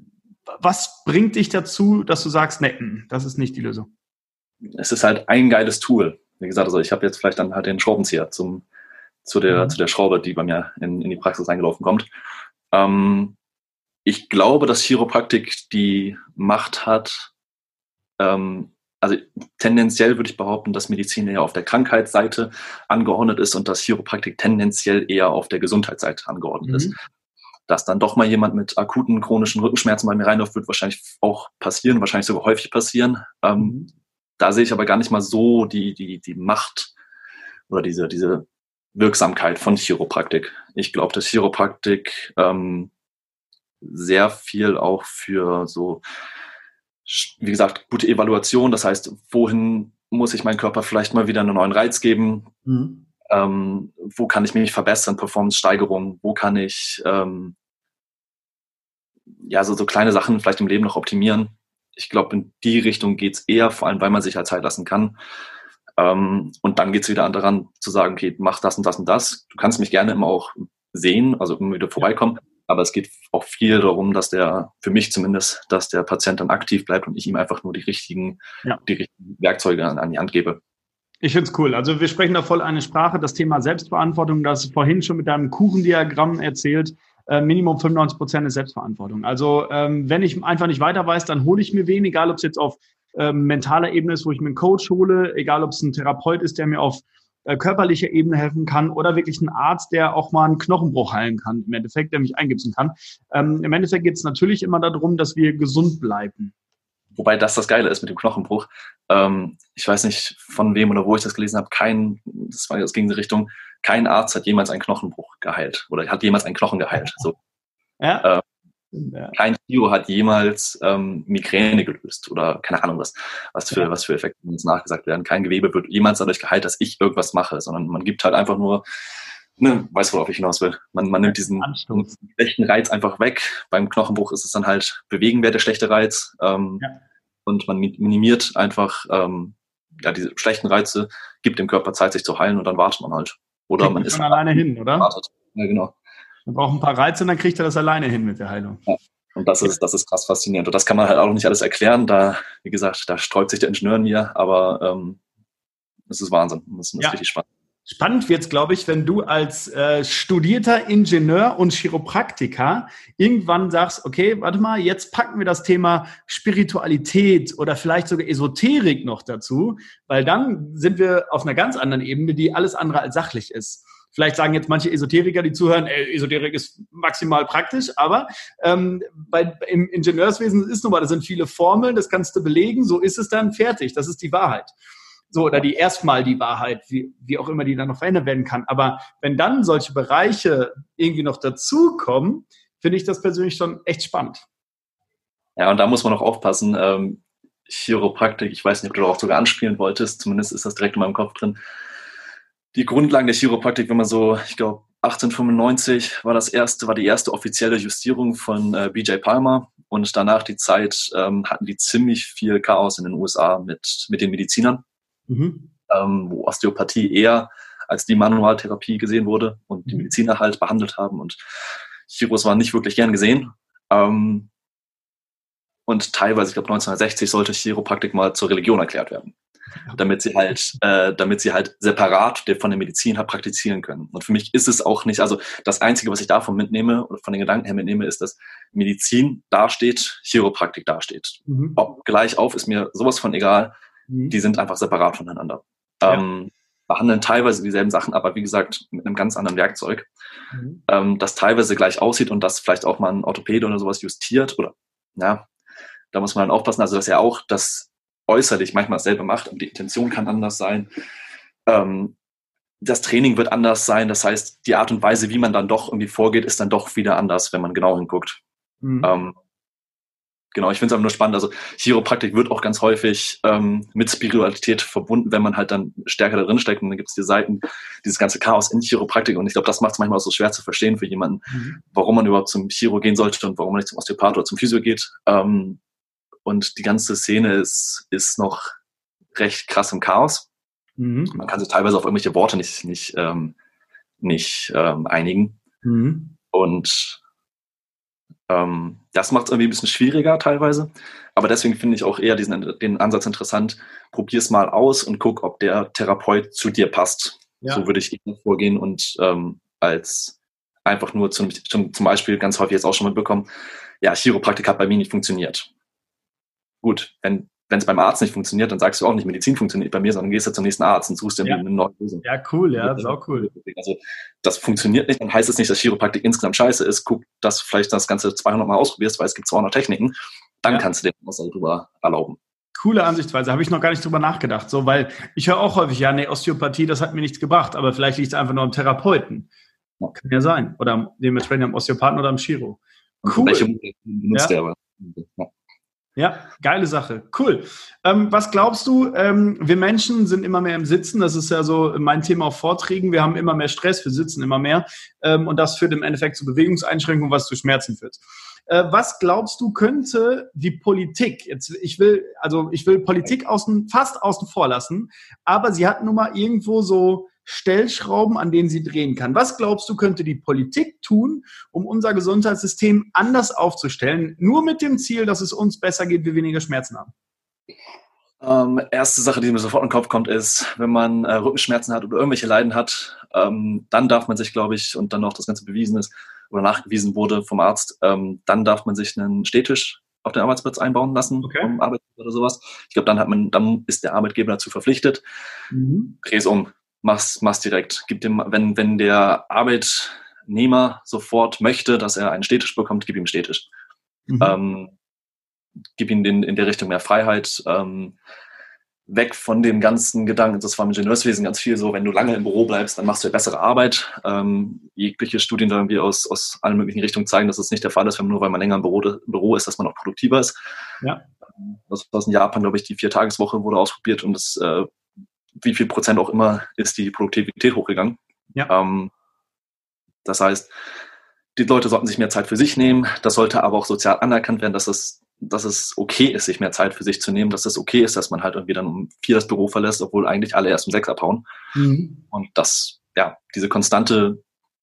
was bringt dich dazu, dass du sagst, nee, das ist nicht die Lösung? Es ist halt ein geiles Tool. Wie gesagt, also ich habe jetzt vielleicht dann halt den Schraubenzieher zum, zu, der, mhm. zu der Schraube, die bei mir in, in die Praxis eingelaufen kommt. Ähm, ich glaube, dass Chiropraktik die Macht hat, ähm, also tendenziell würde ich behaupten, dass Medizin eher auf der Krankheitsseite angeordnet ist und dass Chiropraktik tendenziell eher auf der Gesundheitsseite angeordnet mhm. ist. Dass dann doch mal jemand mit akuten chronischen Rückenschmerzen bei mir reinläuft, wird wahrscheinlich auch passieren, wahrscheinlich sogar häufig passieren. Ähm, mhm. Da sehe ich aber gar nicht mal so die, die, die Macht oder diese, diese Wirksamkeit von Chiropraktik. Ich glaube, dass Chiropraktik ähm, sehr viel auch für so, wie gesagt, gute Evaluation, das heißt, wohin muss ich meinem Körper vielleicht mal wieder einen neuen Reiz geben? Mhm. Ähm, wo kann ich mich verbessern, Performance-Steigerung, wo kann ich ähm, ja so, so kleine Sachen vielleicht im Leben noch optimieren. Ich glaube, in die Richtung geht's eher, vor allem, weil man sich halt Zeit lassen kann. Ähm, und dann geht's wieder an daran, zu sagen, okay, mach das und das und das. Du kannst mich gerne immer auch sehen, also immer wieder vorbeikommen, aber es geht auch viel darum, dass der, für mich zumindest, dass der Patient dann aktiv bleibt und ich ihm einfach nur die richtigen, ja. die richtigen Werkzeuge an, an die Hand gebe. Ich finde es cool. Also wir sprechen da voll eine Sprache. Das Thema Selbstverantwortung, das ist vorhin schon mit deinem Kuchendiagramm erzählt. Äh, Minimum fünfundneunzig Prozent ist Selbstverantwortung. Also ähm, wenn ich einfach nicht weiter weiß, dann hole ich mir wen, egal ob es jetzt auf ähm, mentaler Ebene ist, wo ich mir einen Coach hole, egal ob es ein Therapeut ist, der mir auf äh, körperlicher Ebene helfen kann oder wirklich ein Arzt, der auch mal einen Knochenbruch heilen kann, im Endeffekt, der mich eingipsen kann. Ähm, Im Endeffekt geht es natürlich immer darum, dass wir gesund bleiben. Wobei das das Geile ist mit dem Knochenbruch. Ähm, ich weiß nicht, von wem oder wo ich das gelesen habe. Kein, das war jetzt gegen die Richtung, kein Arzt hat jemals einen Knochenbruch geheilt oder hat jemals einen Knochen geheilt. So. Ja. Ähm, ja. Kein Chiro hat jemals ähm, Migräne gelöst oder keine Ahnung, was, was, für, ja. was für Effekte uns nachgesagt werden. Kein Gewebe wird jemals dadurch geheilt, dass ich irgendwas mache, sondern man gibt halt einfach nur, ne, weißt du, worauf ich hinaus will. Man, man nimmt diesen Anstoß. Schlechten Reiz einfach weg. Beim Knochenbruch ist es dann halt, bewegen wäre der schlechte Reiz. Ähm, ja. Und man minimiert einfach ähm, ja, diese schlechten Reize, gibt dem Körper Zeit, sich zu heilen und dann wartet man halt. Oder kriegt man ist man alleine hin, oder? Wartet. Ja, genau. Man braucht ein paar Reize und dann kriegt er das alleine hin mit der Heilung. Ja. Und das ist, das ist krass faszinierend. Und das kann man halt auch nicht alles erklären. Da, wie gesagt, da sträubt sich der Ingenieur in mir, aber ähm, es ist Wahnsinn. Das ist ja. richtig spannend. Spannend wird's, glaube ich, wenn du als äh, studierter Ingenieur und Chiropraktiker irgendwann sagst, okay, warte mal, jetzt packen wir das Thema Spiritualität oder vielleicht sogar Esoterik noch dazu, weil dann sind wir auf einer ganz anderen Ebene, die alles andere als sachlich ist. Vielleicht sagen jetzt manche Esoteriker, die zuhören, ey, Esoterik ist maximal praktisch, aber ähm, bei, im Ingenieurswesen ist nun mal, das sind viele Formeln, das kannst du belegen, so ist es dann fertig, das ist die Wahrheit. So, oder die erstmal die Wahrheit, wie, wie auch immer die dann noch verändert werden kann. Aber wenn dann solche Bereiche irgendwie noch dazukommen, finde ich das persönlich schon echt spannend. Ja, und da muss man auch aufpassen. Ähm, Chiropraktik, ich weiß nicht, ob du darauf sogar anspielen wolltest, zumindest ist das direkt in meinem Kopf drin. Die Grundlagen der Chiropraktik, wenn man so, ich glaube, achtzehnhundertfünfundneunzig war das erste, war die erste offizielle Justierung von äh, B J Palmer. Und danach die Zeit ähm, hatten die ziemlich viel Chaos in den U S A mit, mit den Medizinern. Mhm. Ähm, wo Osteopathie eher als die Manualtherapie gesehen wurde und die Mediziner halt behandelt haben und Chiros waren nicht wirklich gern gesehen. Ähm, und teilweise, ich glaube neunzehnhundertsechzig sollte Chiropraktik mal zur Religion erklärt werden, damit sie halt, äh, damit sie halt separat von der Medizin halt praktizieren können. Und für mich ist es auch nicht, also das Einzige, was ich davon mitnehme oder von den Gedanken her mitnehme, ist, dass Medizin dasteht, Chiropraktik dasteht. Mhm. Ob gleich auf, ist mir sowas von egal. Die sind einfach separat voneinander. Ja. Ähm, behandeln teilweise dieselben Sachen, aber wie gesagt, mit einem ganz anderen Werkzeug, mhm. ähm, das teilweise gleich aussieht und das vielleicht auch mal ein Orthopäde oder sowas justiert oder, ja, da muss man dann aufpassen, also dass er auch das äußerlich manchmal dasselbe macht, aber die Intention kann anders sein. Ähm, das Training wird anders sein, das heißt, die Art und Weise, wie man dann doch irgendwie vorgeht, ist dann doch wieder anders, wenn man genau hinguckt. Mhm. Ähm, Genau, ich finde es aber nur spannend. Also Chiropraktik wird auch ganz häufig ähm, mit Spiritualität verbunden, wenn man halt dann stärker da drin steckt. Und dann gibt es die Seiten, dieses ganze Chaos in Chiropraktik. Und ich glaube, das macht es manchmal auch so schwer zu verstehen für jemanden, mhm. warum man überhaupt zum Chiro gehen sollte und warum man nicht zum Osteopath oder zum Physio geht. Ähm, und die ganze Szene ist, ist noch recht krass im Chaos. Mhm. Man kann sich teilweise auf irgendwelche Worte nicht, nicht, ähm, nicht ähm, einigen. Mhm. Und Ähm, das macht es irgendwie ein bisschen schwieriger teilweise. Aber deswegen finde ich auch eher diesen, den Ansatz interessant. Probier es mal aus und guck, ob der Therapeut zu dir passt. Ja. So würde ich eher vorgehen und ähm, als einfach nur zum, zum, zum Beispiel ganz häufig jetzt auch schon mitbekommen, ja, Chiropraktik hat bei mir nicht funktioniert. Gut, wenn wenn es beim Arzt nicht funktioniert, dann sagst du auch nicht, Medizin funktioniert bei mir, sondern gehst du zum nächsten Arzt und suchst dir ja. eine neue Lösung. Ja, cool, ja, sau cool. Also das funktioniert nicht, dann heißt es nicht, dass Chiropraktik insgesamt scheiße ist. Guck, dass du vielleicht das Ganze zweihundert Mal ausprobierst, weil es gibt zweihundert Techniken. Dann ja. kannst du dir was darüber erlauben. Coole Ansichtsweise, habe ich noch gar nicht drüber nachgedacht. So, weil ich höre auch häufig, ja, nee, Osteopathie, das hat mir nichts gebracht, aber vielleicht liegt es einfach nur am Therapeuten. Ja. Kann ja sein. Oder dementsprechend am Osteopathen oder am Chiro. Cool. Welche benutzt ja. der aber? Ja. Ja, geile Sache. Cool. Ähm, was glaubst du, ähm, wir Menschen sind immer mehr im Sitzen. Das ist ja so mein Thema auf Vorträgen. Wir haben immer mehr Stress, wir sitzen immer mehr. Ähm, und das führt im Endeffekt zu Bewegungseinschränkungen, was zu Schmerzen führt. Äh, was glaubst du, könnte die Politik, jetzt, ich will, also ich will Politik außen, fast außen vor lassen, aber sie hat nun mal irgendwo so Stellschrauben, an denen sie drehen kann. Was glaubst du, könnte die Politik tun, um unser Gesundheitssystem anders aufzustellen, nur mit dem Ziel, dass es uns besser geht, wir weniger Schmerzen haben? Ähm, erste Sache, die mir sofort in den Kopf kommt, ist, wenn man äh, Rückenschmerzen hat oder irgendwelche Leiden hat, ähm, dann darf man sich, glaube ich, und dann auch das Ganze bewiesen ist oder nachgewiesen wurde vom Arzt, ähm, dann darf man sich einen Stehtisch auf den Arbeitsplatz einbauen lassen, okay. vom Arbeitgeber oder sowas. Ich glaube, dann hat man, dann ist der Arbeitgeber dazu verpflichtet. Mhm. Dreh es um. Mach's, mach's direkt. Gib dem, wenn, wenn der Arbeitnehmer sofort möchte, dass er einen Stehtisch bekommt, gib ihm einen Stehtisch. Mhm. Ähm, gib ihm in, in der Richtung mehr Freiheit. Ähm, weg von dem ganzen Gedanken, das war im Ingenieurswesen ganz viel so, wenn du lange im Büro bleibst, dann machst du ja bessere Arbeit. Ähm, jegliche Studien irgendwie aus, aus allen möglichen Richtungen zeigen, dass es nicht der Fall ist, wenn man nur weil man länger im Büro, im Büro ist, dass man auch produktiver ist. Ja. Das war in Japan, glaube ich, die Vier-Tages-Woche wurde ausprobiert und das äh, wie viel Prozent auch immer ist die Produktivität hochgegangen. Ja. Ähm, das heißt, die Leute sollten sich mehr Zeit für sich nehmen. Das sollte aber auch sozial anerkannt werden, dass es, dass es okay ist, sich mehr Zeit für sich zu nehmen, dass es okay ist, dass man halt irgendwie dann um vier das Büro verlässt, obwohl eigentlich alle erst um sechs abhauen. Mhm. Und das, ja, diese konstante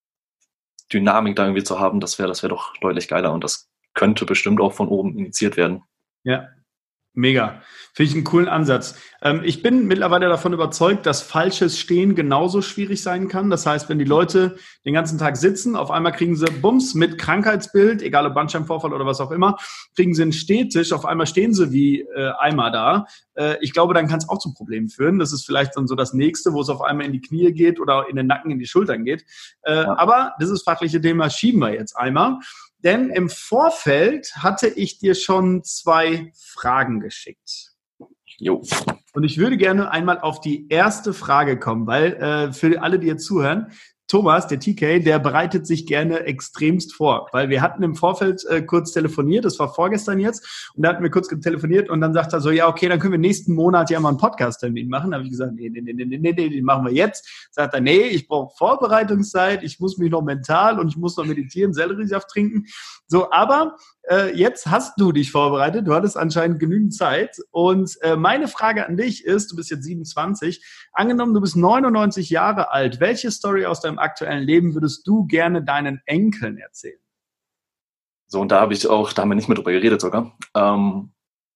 Dynamik da irgendwie zu haben, das wäre, das wäre doch deutlich geiler und das könnte bestimmt auch von oben initiiert werden. Ja. Mega. Finde ich einen coolen Ansatz. Ähm, ich bin mittlerweile davon überzeugt, dass falsches Stehen genauso schwierig sein kann. Das heißt, wenn die Leute den ganzen Tag sitzen, auf einmal kriegen sie Bums mit Krankheitsbild, egal ob Bandscheibenvorfall oder was auch immer, kriegen sie einen Stehtisch, auf einmal stehen sie wie äh, Eimer da. Äh, ich glaube, dann kann es auch zu Problemen führen. Das ist vielleicht dann so das Nächste, wo es auf einmal in die Knie geht oder in den Nacken, in die Schultern geht. Äh, ja. Aber dieses fachliche Thema schieben wir jetzt einmal. Denn im Vorfeld hatte ich dir schon zwei Fragen geschickt. Jo. Und ich würde gerne einmal auf die erste Frage kommen, weil äh, für alle, die jetzt zuhören, Thomas, der T K, der bereitet sich gerne extremst vor, weil wir hatten im Vorfeld äh, kurz telefoniert, das war vorgestern jetzt, und da hatten wir kurz telefoniert und dann sagt er so, ja, okay, dann können wir nächsten Monat ja mal einen Podcast-Termin machen. Da habe ich gesagt, nee, nee, nee, nee, nee, nee, den machen wir jetzt. Sagt er, nee, ich brauche Vorbereitungszeit, ich muss mich noch mental und ich muss noch meditieren, Selleriesaft trinken. So, aber äh, jetzt hast du dich vorbereitet, du hattest anscheinend genügend Zeit und äh, meine Frage an dich ist, du bist jetzt siebenundzwanzig, angenommen, du bist neunundneunzig Jahre alt, welche Story aus deinem aktuellen Leben würdest du gerne deinen Enkeln erzählen? So, und da habe ich auch, da haben wir nicht mehr drüber geredet sogar. Ähm,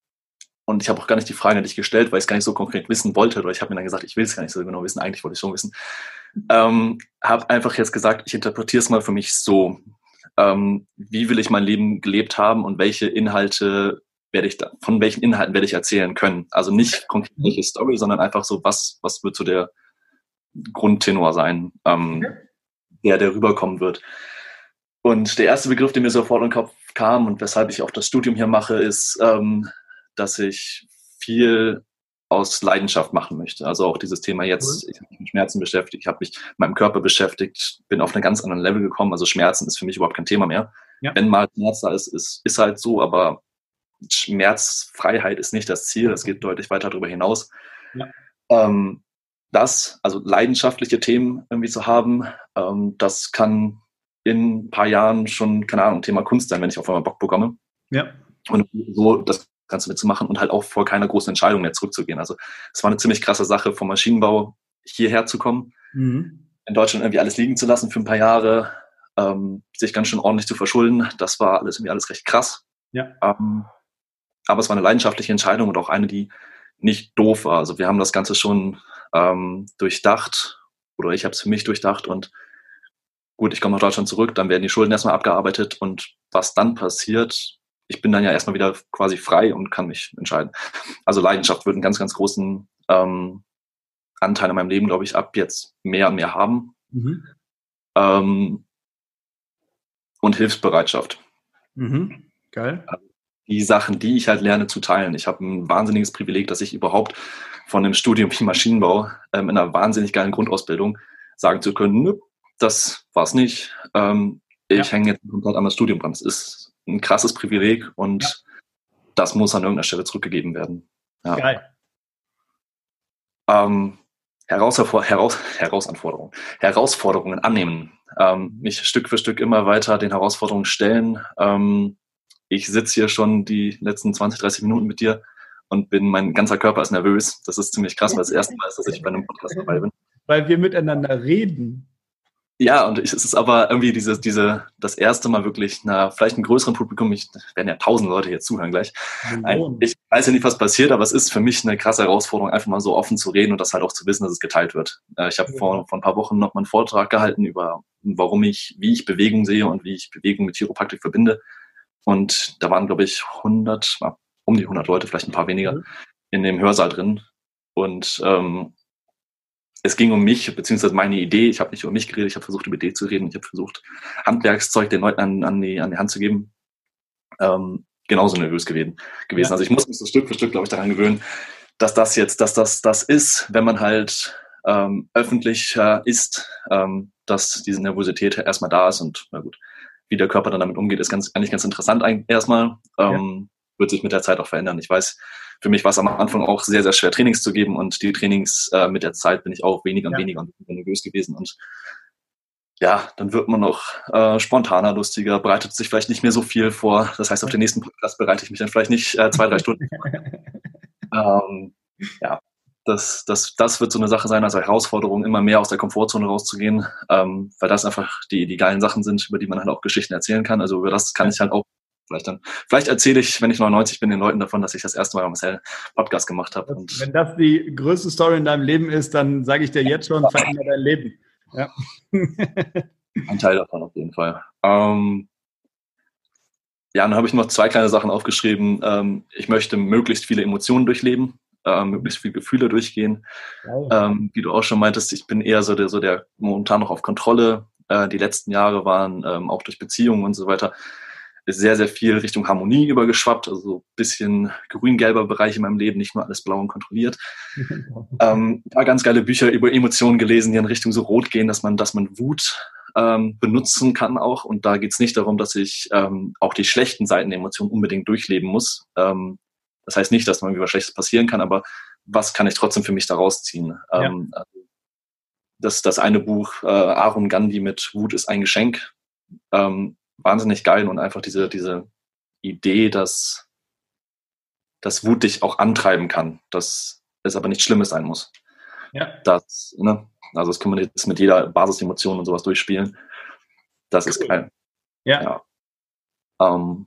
und ich habe auch gar nicht die Frage an dich gestellt, weil ich es gar nicht so konkret wissen wollte, oder ich habe mir dann gesagt, ich will es gar nicht so genau wissen, eigentlich wollte ich schon wissen. Ähm, habe einfach jetzt gesagt, ich interpretiere es mal für mich so. Ähm, wie will ich mein Leben gelebt haben und welche Inhalte werde ich da, von welchen Inhalten werde ich erzählen können? Also nicht konkret welche Story, sondern einfach so, was, was wird so der Grundtenor sein, ähm, der, der rüberkommen wird. Und der erste Begriff, der mir sofort in den Kopf kam und weshalb ich auch das Studium hier mache, ist, ähm, dass ich viel aus Leidenschaft machen möchte. Also auch dieses Thema jetzt, ich habe mich mit Schmerzen beschäftigt, ich habe mich mit meinem Körper beschäftigt, bin auf einen ganz anderen Level gekommen. Also Schmerzen ist für mich überhaupt kein Thema mehr. Ja. Wenn mal Schmerz da ist, ist, ist halt so, aber Schmerzfreiheit ist nicht das Ziel. Es geht deutlich weiter darüber hinaus. Ja. Ähm, das, also leidenschaftliche Themen irgendwie zu haben, ähm, das kann in ein paar Jahren schon, keine Ahnung, Thema Kunst sein, wenn ich auf einmal Bock bekomme. Ja. Und so das Ganze mitzumachen und halt auch vor keiner großen Entscheidung mehr zurückzugehen. Also es war eine ziemlich krasse Sache, vom Maschinenbau hierher zu kommen, mhm. in Deutschland irgendwie alles liegen zu lassen für ein paar Jahre, ähm, sich ganz schön ordentlich zu verschulden. Das war alles irgendwie alles recht krass. Ja. Ähm, aber es war eine leidenschaftliche Entscheidung und auch eine, die nicht doof war. Also wir haben das Ganze schon ähm, durchdacht oder ich habe es für mich durchdacht und gut, ich komme nach Deutschland zurück, dann werden die Schulden erstmal abgearbeitet und was dann passiert, ich bin dann ja erstmal wieder quasi frei und kann mich entscheiden. Also Leidenschaft wird einen ganz, ganz großen ähm, Anteil in meinem Leben, glaube ich, ab jetzt mehr und mehr haben. Mhm. Ähm, und Hilfsbereitschaft. Mhm. Geil. Die Sachen, die ich halt lerne, zu teilen. Ich habe ein wahnsinniges Privileg, dass ich überhaupt von einem Studium wie Maschinenbau ähm, in einer wahnsinnig geilen Grundausbildung sagen zu können, nö, das war's nicht. Ähm, ich ja. hänge jetzt komplett an das Studium dran. Das ist ein krasses Privileg und ja. das muss an irgendeiner Stelle zurückgegeben werden. Ja. Geil. Ähm, Herausfor- Heraus- Herausanforderungen. Herausforderungen annehmen. Ähm, mich Stück für Stück immer weiter den Herausforderungen stellen. Ähm, ich sitze hier schon die letzten zwanzig, dreißig Minuten mit dir und bin, mein ganzer Körper ist nervös. Das ist ziemlich krass, weil es das erste Mal ist, dass ich bei einem Podcast dabei bin. Weil wir miteinander reden. Ja, und ich, es ist aber irgendwie diese, diese, das erste Mal wirklich, na, vielleicht ein größeren Publikum, ich werden ja tausend Leute hier zuhören gleich. Ein, ich weiß ja nicht, was passiert, aber es ist für mich eine krasse Herausforderung, einfach mal so offen zu reden und das halt auch zu wissen, dass es geteilt wird. Ich habe ja. vor, vor ein paar Wochen noch mal einen Vortrag gehalten über, warum ich, wie ich Bewegung sehe und wie ich Bewegung mit Chiropraktik verbinde. Und da waren, glaube ich, hundert, um die hundert Leute, vielleicht ein paar weniger, mhm. in dem Hörsaal drin. Und ähm, es ging um mich, beziehungsweise meine Idee. Ich habe nicht über mich geredet, ich habe versucht, über Idee zu reden. Ich habe versucht, Handwerkszeug den Leuten an, an, die, an die Hand zu geben. Ähm, genauso nervös gewesen. gewesen. Ja. Also ich muss mich so Stück für Stück, glaube ich, daran gewöhnen, dass das jetzt, dass das das ist, wenn man halt ähm, öffentlich äh, ist, ähm, dass diese Nervosität erstmal da ist. Und na gut, wie der Körper dann damit umgeht, ist ganz, eigentlich ganz interessant erstmal. Ähm, ja. Wird sich mit der Zeit auch verändern. Ich weiß, für mich war es am Anfang auch sehr, sehr schwer, Trainings zu geben und die Trainings äh, mit der Zeit bin ich auch weniger und ja. weniger und nervös gewesen und ja, dann wird man noch äh, spontaner, lustiger, bereitet sich vielleicht nicht mehr so viel vor. Das heißt, auf den nächsten Podcast bereite ich mich dann vielleicht nicht äh, zwei, drei Stunden vor. ähm, ja, das, das, das wird so eine Sache sein, als Herausforderung, immer mehr aus der Komfortzone rauszugehen, ähm, weil das einfach die, die geilen Sachen sind, über die man halt auch Geschichten erzählen kann. Also über das kann ja. ich halt auch Vielleicht, dann, vielleicht erzähle ich, wenn ich neunundneunzig bin, den Leuten davon, dass ich das erste Mal beim Marcel Podcast gemacht habe. Und wenn das die größte Story in deinem Leben ist, dann sage ich dir jetzt schon, verändere dein Leben. Ja. Ein Teil davon auf jeden Fall. Ähm, ja, dann habe ich noch zwei kleine Sachen aufgeschrieben. Ähm, ich möchte möglichst viele Emotionen durchleben, äh, möglichst viele Gefühle durchgehen. Oh. Ähm, wie du auch schon meintest, ich bin eher so der, so der momentan noch auf Kontrolle. Äh, die letzten Jahre waren ähm, auch durch Beziehungen und so weiter ist sehr, sehr viel Richtung Harmonie übergeschwappt, also so ein bisschen grün-gelber Bereich in meinem Leben, nicht nur alles blau und kontrolliert. ähm, ein paar ganz geile Bücher über Emotionen gelesen, die in Richtung so rot gehen, dass man, dass man Wut ähm, benutzen kann auch. Und da geht es nicht darum, dass ich ähm, auch die schlechten Seiten der Emotionen unbedingt durchleben muss. Ähm, das heißt nicht, dass man irgendwie was Schlechtes passieren kann, aber was kann ich trotzdem für mich da rausziehen? Ja. Ähm, das, das eine Buch, äh, Aaron Gandhi mit Wut ist ein Geschenk, ähm, wahnsinnig geil und einfach diese, diese Idee, dass, dass Wut dich auch antreiben kann, dass es aber nichts Schlimmes sein muss. Ja. Das, ne? Also das kann man jetzt mit jeder Basisemotion und sowas durchspielen. Das cool. ist geil. Ja. ja. Ähm,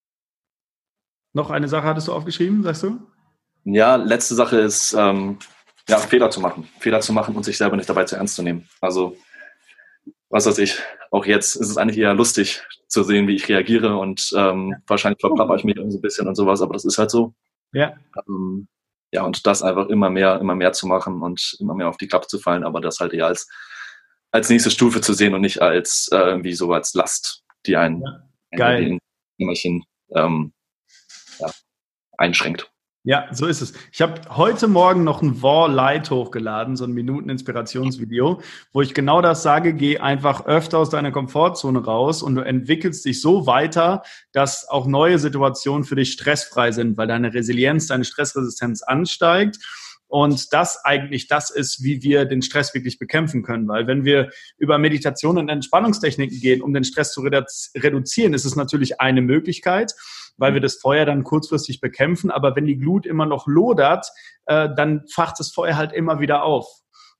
Noch eine Sache hattest du aufgeschrieben, sagst du? Ja, letzte Sache ist, ähm, ja, Fehler zu machen. Fehler zu machen und sich selber nicht dabei zu ernst zu nehmen. Also was weiß ich, auch jetzt ist es eigentlich eher lustig zu sehen, wie ich reagiere und ähm, ja. wahrscheinlich verplapper ich mich so ein bisschen und sowas, aber das ist halt so. Ja. Ähm, ja, und das einfach immer mehr, immer mehr zu machen und immer mehr auf die Klappe zu fallen, aber das halt eher als, als nächste Stufe zu sehen und nicht als äh, irgendwie so als Last, die einen, ja. Geil. einen immerhin ähm, ja, einschränkt. Ja, so ist es. Ich habe heute Morgen noch ein V O R Light hochgeladen, so ein Minuten-Inspirationsvideo, wo ich genau das sage, geh einfach öfter aus deiner Komfortzone raus und du entwickelst dich so weiter, dass auch neue Situationen für dich stressfrei sind, weil deine Resilienz, deine Stressresistenz ansteigt. Und das eigentlich das ist, wie wir den Stress wirklich bekämpfen können. Weil wenn wir über Meditation und Entspannungstechniken gehen, um den Stress zu redu- reduzieren, ist es natürlich eine Möglichkeit, weil wir das Feuer dann kurzfristig bekämpfen. Aber wenn die Glut immer noch lodert, äh, dann facht das Feuer halt immer wieder auf.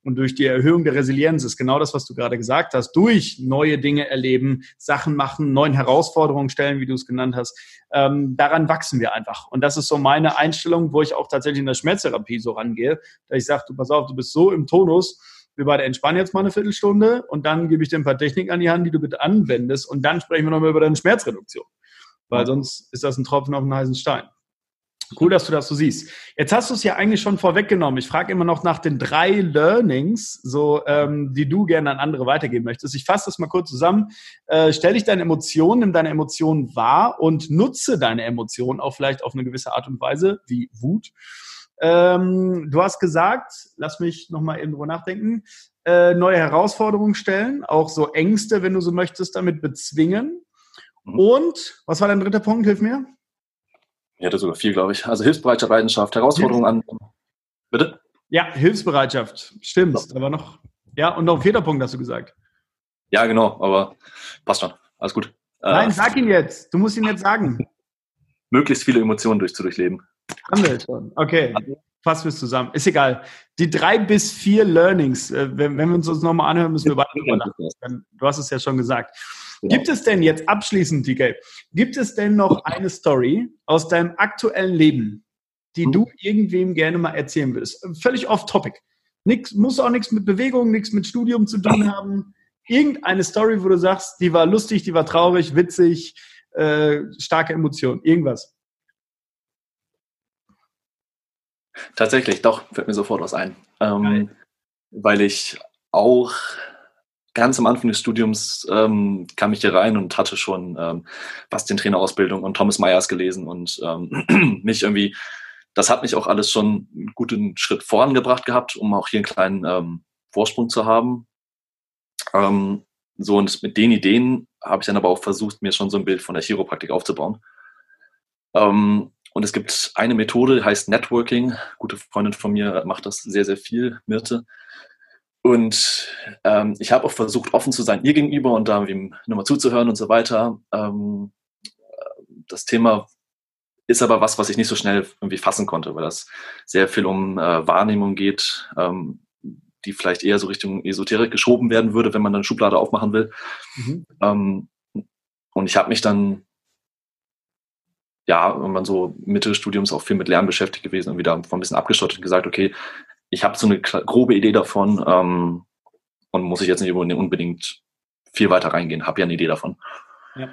und durch die Erhöhung der Resilienz ist genau das, was du gerade gesagt hast, durch neue Dinge erleben, Sachen machen, neuen Herausforderungen stellen, wie du es genannt hast, ähm, daran wachsen wir einfach. Und das ist so meine Einstellung, wo ich auch tatsächlich in der Schmerztherapie so rangehe, dass ich sage, du pass auf, du bist so im Tonus, wir beide entspannen jetzt mal eine Viertelstunde und dann gebe ich dir ein paar Techniken an die Hand, die du bitte anwendest und dann sprechen wir nochmal über deine Schmerzreduktion. Weil sonst ist das ein Tropfen auf einen heißen Stein. Cool, dass du das so siehst. Jetzt hast du es ja eigentlich schon vorweggenommen. Ich frage immer noch nach den drei Learnings, so ähm, die du gerne an andere weitergeben möchtest. Ich fasse das mal kurz zusammen. Äh, stell dich deine Emotionen, nimm deine Emotionen wahr und nutze deine Emotionen auch vielleicht auf eine gewisse Art und Weise, wie Wut. Ähm, du hast gesagt, lass mich nochmal eben drüber nachdenken, äh, neue Herausforderungen stellen, auch so Ängste, wenn du so möchtest, damit bezwingen. Und, was war dein dritter Punkt? Hilf mir. Ich hatte sogar vier, glaube ich. Also Hilfsbereitschaft, Leidenschaft, Herausforderungen an. Bitte? Ja, Hilfsbereitschaft. Stimmt. So. Aber noch, ja, und noch ein vierter Punkt hast du gesagt. Ja, genau, aber passt schon. Alles gut. Nein, äh, sag ihn jetzt. Du musst ihn jetzt sagen. Möglichst viele Emotionen durch, zu durchleben. Haben wir schon. Okay. Fassen wir es zusammen. Ist egal. Die drei bis vier Learnings, wenn, wenn wir uns das nochmal anhören, müssen wir weiter drüber nachdenken. Du hast es ja schon gesagt. Ja. Gibt es denn jetzt abschließend, D K, gibt es denn noch eine Story aus deinem aktuellen Leben, die hm. du irgendwem gerne mal erzählen würdest? Völlig off-topic. Nix, muss auch nichts mit Bewegung, nichts mit Studium zu tun haben. Irgendeine Story, wo du sagst, die war lustig, die war traurig, witzig, äh, starke Emotionen. Irgendwas. Tatsächlich, doch, fällt mir sofort was ein. Ähm, weil ich auch ganz am Anfang des Studiums ähm, kam ich hier rein und hatte schon ähm, Bastientrainerausbildung und Thomas Myers gelesen und ähm, mich irgendwie, das hat mich auch alles schon einen guten Schritt vorangebracht gehabt, um auch hier einen kleinen ähm, Vorsprung zu haben. Ähm, so, und mit den Ideen habe ich dann aber auch versucht, mir schon so ein Bild von der Chiropraktik aufzubauen. Ähm, und es gibt eine Methode, die heißt Networking. Eine gute Freundin von mir macht das sehr, sehr viel, Mirte. Und ähm, ich habe auch versucht, offen zu sein ihr gegenüber und da ihm nochmal zuzuhören und so weiter. Ähm, das Thema ist aber was, was ich nicht so schnell irgendwie fassen konnte, weil das sehr viel um äh, Wahrnehmung geht, ähm, die vielleicht eher so Richtung Esoterik geschoben werden würde, wenn man dann eine Schublade aufmachen will. Mhm. Ähm, und ich habe mich dann, ja, wenn man so Mitte des Studiums auch viel mit Lernen beschäftigt gewesen und wieder ein bisschen abgeschottet und gesagt, okay, ich habe so eine grobe Idee davon ähm, und muss ich jetzt nicht unbedingt viel weiter reingehen, habe ja eine Idee davon. Ja.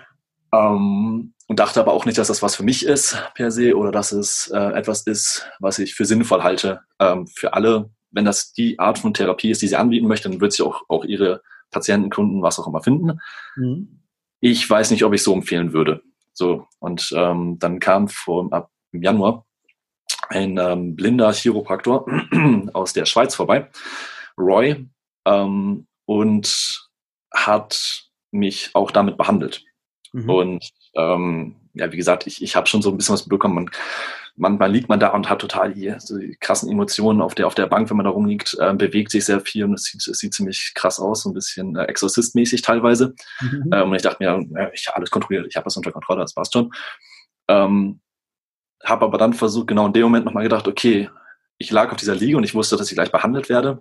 Ähm, und dachte aber auch nicht, dass das was für mich ist per se oder dass es äh, etwas ist, was ich für sinnvoll halte ähm, für alle. Wenn das die Art von Therapie ist, die sie anbieten möchte, dann wird sie auch, auch ihre Patienten, Kunden, was auch immer finden. Mhm. Ich weiß nicht, ob ich so empfehlen würde. So, und ähm, dann kam vor, ab im Januar ein ähm, blinder Chiropraktor aus der Schweiz vorbei, Roy, ähm, und hat mich auch damit behandelt. Mhm. Und ähm, ja, wie gesagt, ich, ich habe schon so ein bisschen was bekommen. Man, manchmal liegt man da und hat total hier so die krassen Emotionen auf der, auf der Bank, wenn man da rumliegt, äh, bewegt sich sehr viel und es sieht, es sieht ziemlich krass aus, so ein bisschen äh, Exorzist-mäßig teilweise. Mhm. Ähm, und ich dachte mir, ja, ich habe alles kontrolliert, ich habe das unter Kontrolle, das passt schon. Ähm, Habe aber dann versucht, genau in dem Moment nochmal gedacht, okay, ich lag auf dieser Liege und ich wusste, dass ich gleich behandelt werde.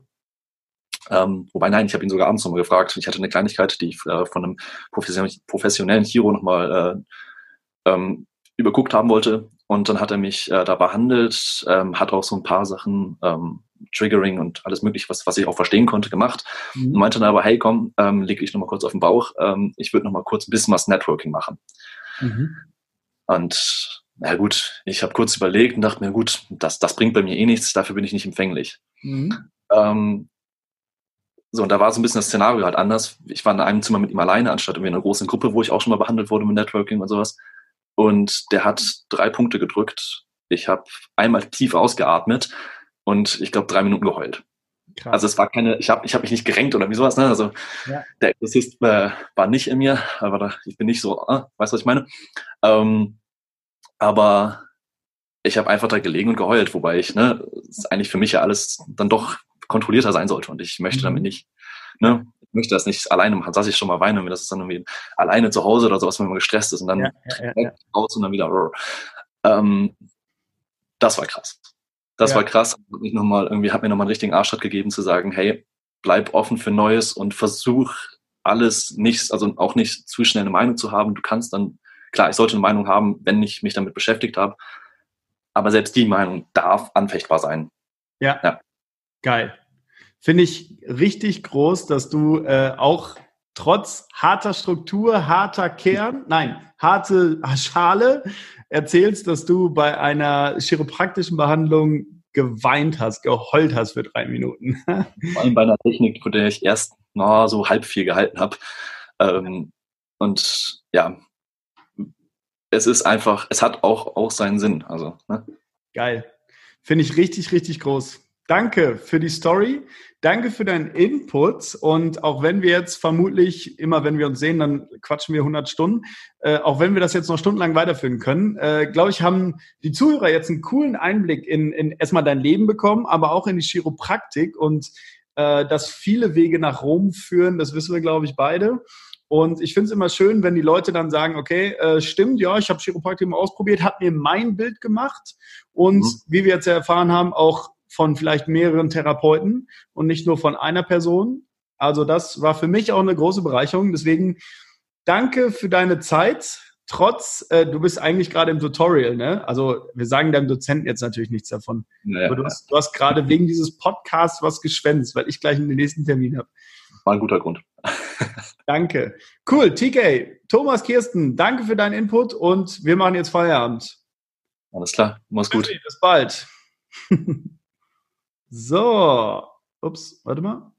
Ähm, wobei, nein, ich habe ihn sogar abends nochmal gefragt. Ich hatte eine Kleinigkeit, die ich äh, von einem profession- professionellen Chiro nochmal äh, ähm, überguckt haben wollte. Und dann hat er mich äh, da behandelt, ähm, hat auch so ein paar Sachen, ähm, Triggering und alles mögliche, was, was ich auch verstehen konnte, gemacht. Mhm. Und meinte dann aber, hey, komm, ähm, leg dich nochmal kurz auf den Bauch. Ähm, ich würde nochmal kurz ein bisschen was Networking machen. Mhm. Und na gut, ich habe kurz überlegt und dachte mir, gut, das, das bringt bei mir eh nichts, dafür bin ich nicht empfänglich. Mhm. Ähm, so, und da war so ein bisschen das Szenario halt anders. Ich war in einem Zimmer mit ihm alleine, anstatt in einer großen Gruppe, wo ich auch schon mal behandelt wurde mit Networking und sowas. Und der hat drei Punkte gedrückt. Ich habe einmal tief ausgeatmet und ich glaube drei Minuten geheult. Krass. Also es war keine, ich habe ich hab mich nicht gerenkt oder wie sowas. Ne? Also ja. Der Exorzist äh, war nicht in mir, aber da, ich bin nicht so, äh, weißt du, was ich meine? Ähm, aber ich habe einfach da gelegen und geheult, wobei ich, ne, das ist eigentlich für mich ja alles dann doch kontrollierter sein sollte und ich möchte mhm. damit nicht, ne, ich möchte das nicht alleine machen, saß ich schon mal weinen, das ist dann irgendwie alleine zu Hause oder sowas, wenn man gestresst ist und dann ja, ja, ja, ja. raus und dann wieder, ähm, das war krass. Das Ja. war krass. Hat mich noch mal, irgendwie hat mir nochmal einen richtigen Arschtritt gegeben, zu sagen, hey, bleib offen für Neues und versuch alles nicht, also auch nicht zu schnell eine Meinung zu haben. Du kannst dann, klar, ich sollte eine Meinung haben, wenn ich mich damit beschäftigt habe, aber selbst die Meinung darf anfechtbar sein. Ja, Ja. Geil. Finde ich richtig groß, dass du äh, auch trotz harter Struktur, harter Kern, nein, harte Schale erzählst, dass du bei einer chiropraktischen Behandlung geweint hast, geheult hast für drei Minuten. Vor allem bei einer Technik, von der ich erst no, so halb viel gehalten habe. Ähm, und ja, es ist einfach, es hat auch, auch seinen Sinn. Also, ne? Geil. Finde ich richtig, richtig groß. Danke für die Story. Danke für deinen Input. Und auch wenn wir jetzt vermutlich, immer wenn wir uns sehen, dann quatschen wir hundert Stunden, äh, auch wenn wir das jetzt noch stundenlang weiterführen können, äh, glaube ich, haben die Zuhörer jetzt einen coolen Einblick in, in erstmal dein Leben bekommen, aber auch in die Chiropraktik und äh, dass viele Wege nach Rom führen. Das wissen wir, glaube ich, beide. Und ich finde es immer schön, wenn die Leute dann sagen, okay, äh, stimmt, ja, ich habe Chiropraktik mal ausprobiert, hat mir mein Bild gemacht und Mhm. wie wir jetzt ja erfahren haben, auch von vielleicht mehreren Therapeuten und nicht nur von einer Person. Also das war für mich auch eine große Bereicherung. Deswegen danke für deine Zeit. Trotz, äh, du bist eigentlich gerade im Tutorial, ne? Also wir sagen deinem Dozenten jetzt natürlich nichts davon. Naja, Aber du ja. hast, du hast gerade wegen dieses Podcasts was geschwänzt, weil ich gleich den nächsten Termin habe. War ein guter Grund. Danke. Cool, T K, Thomas, Kirsten, danke für deinen Input und wir machen jetzt Feierabend. Alles klar, mach's gut. Bis bald. So, ups, warte mal.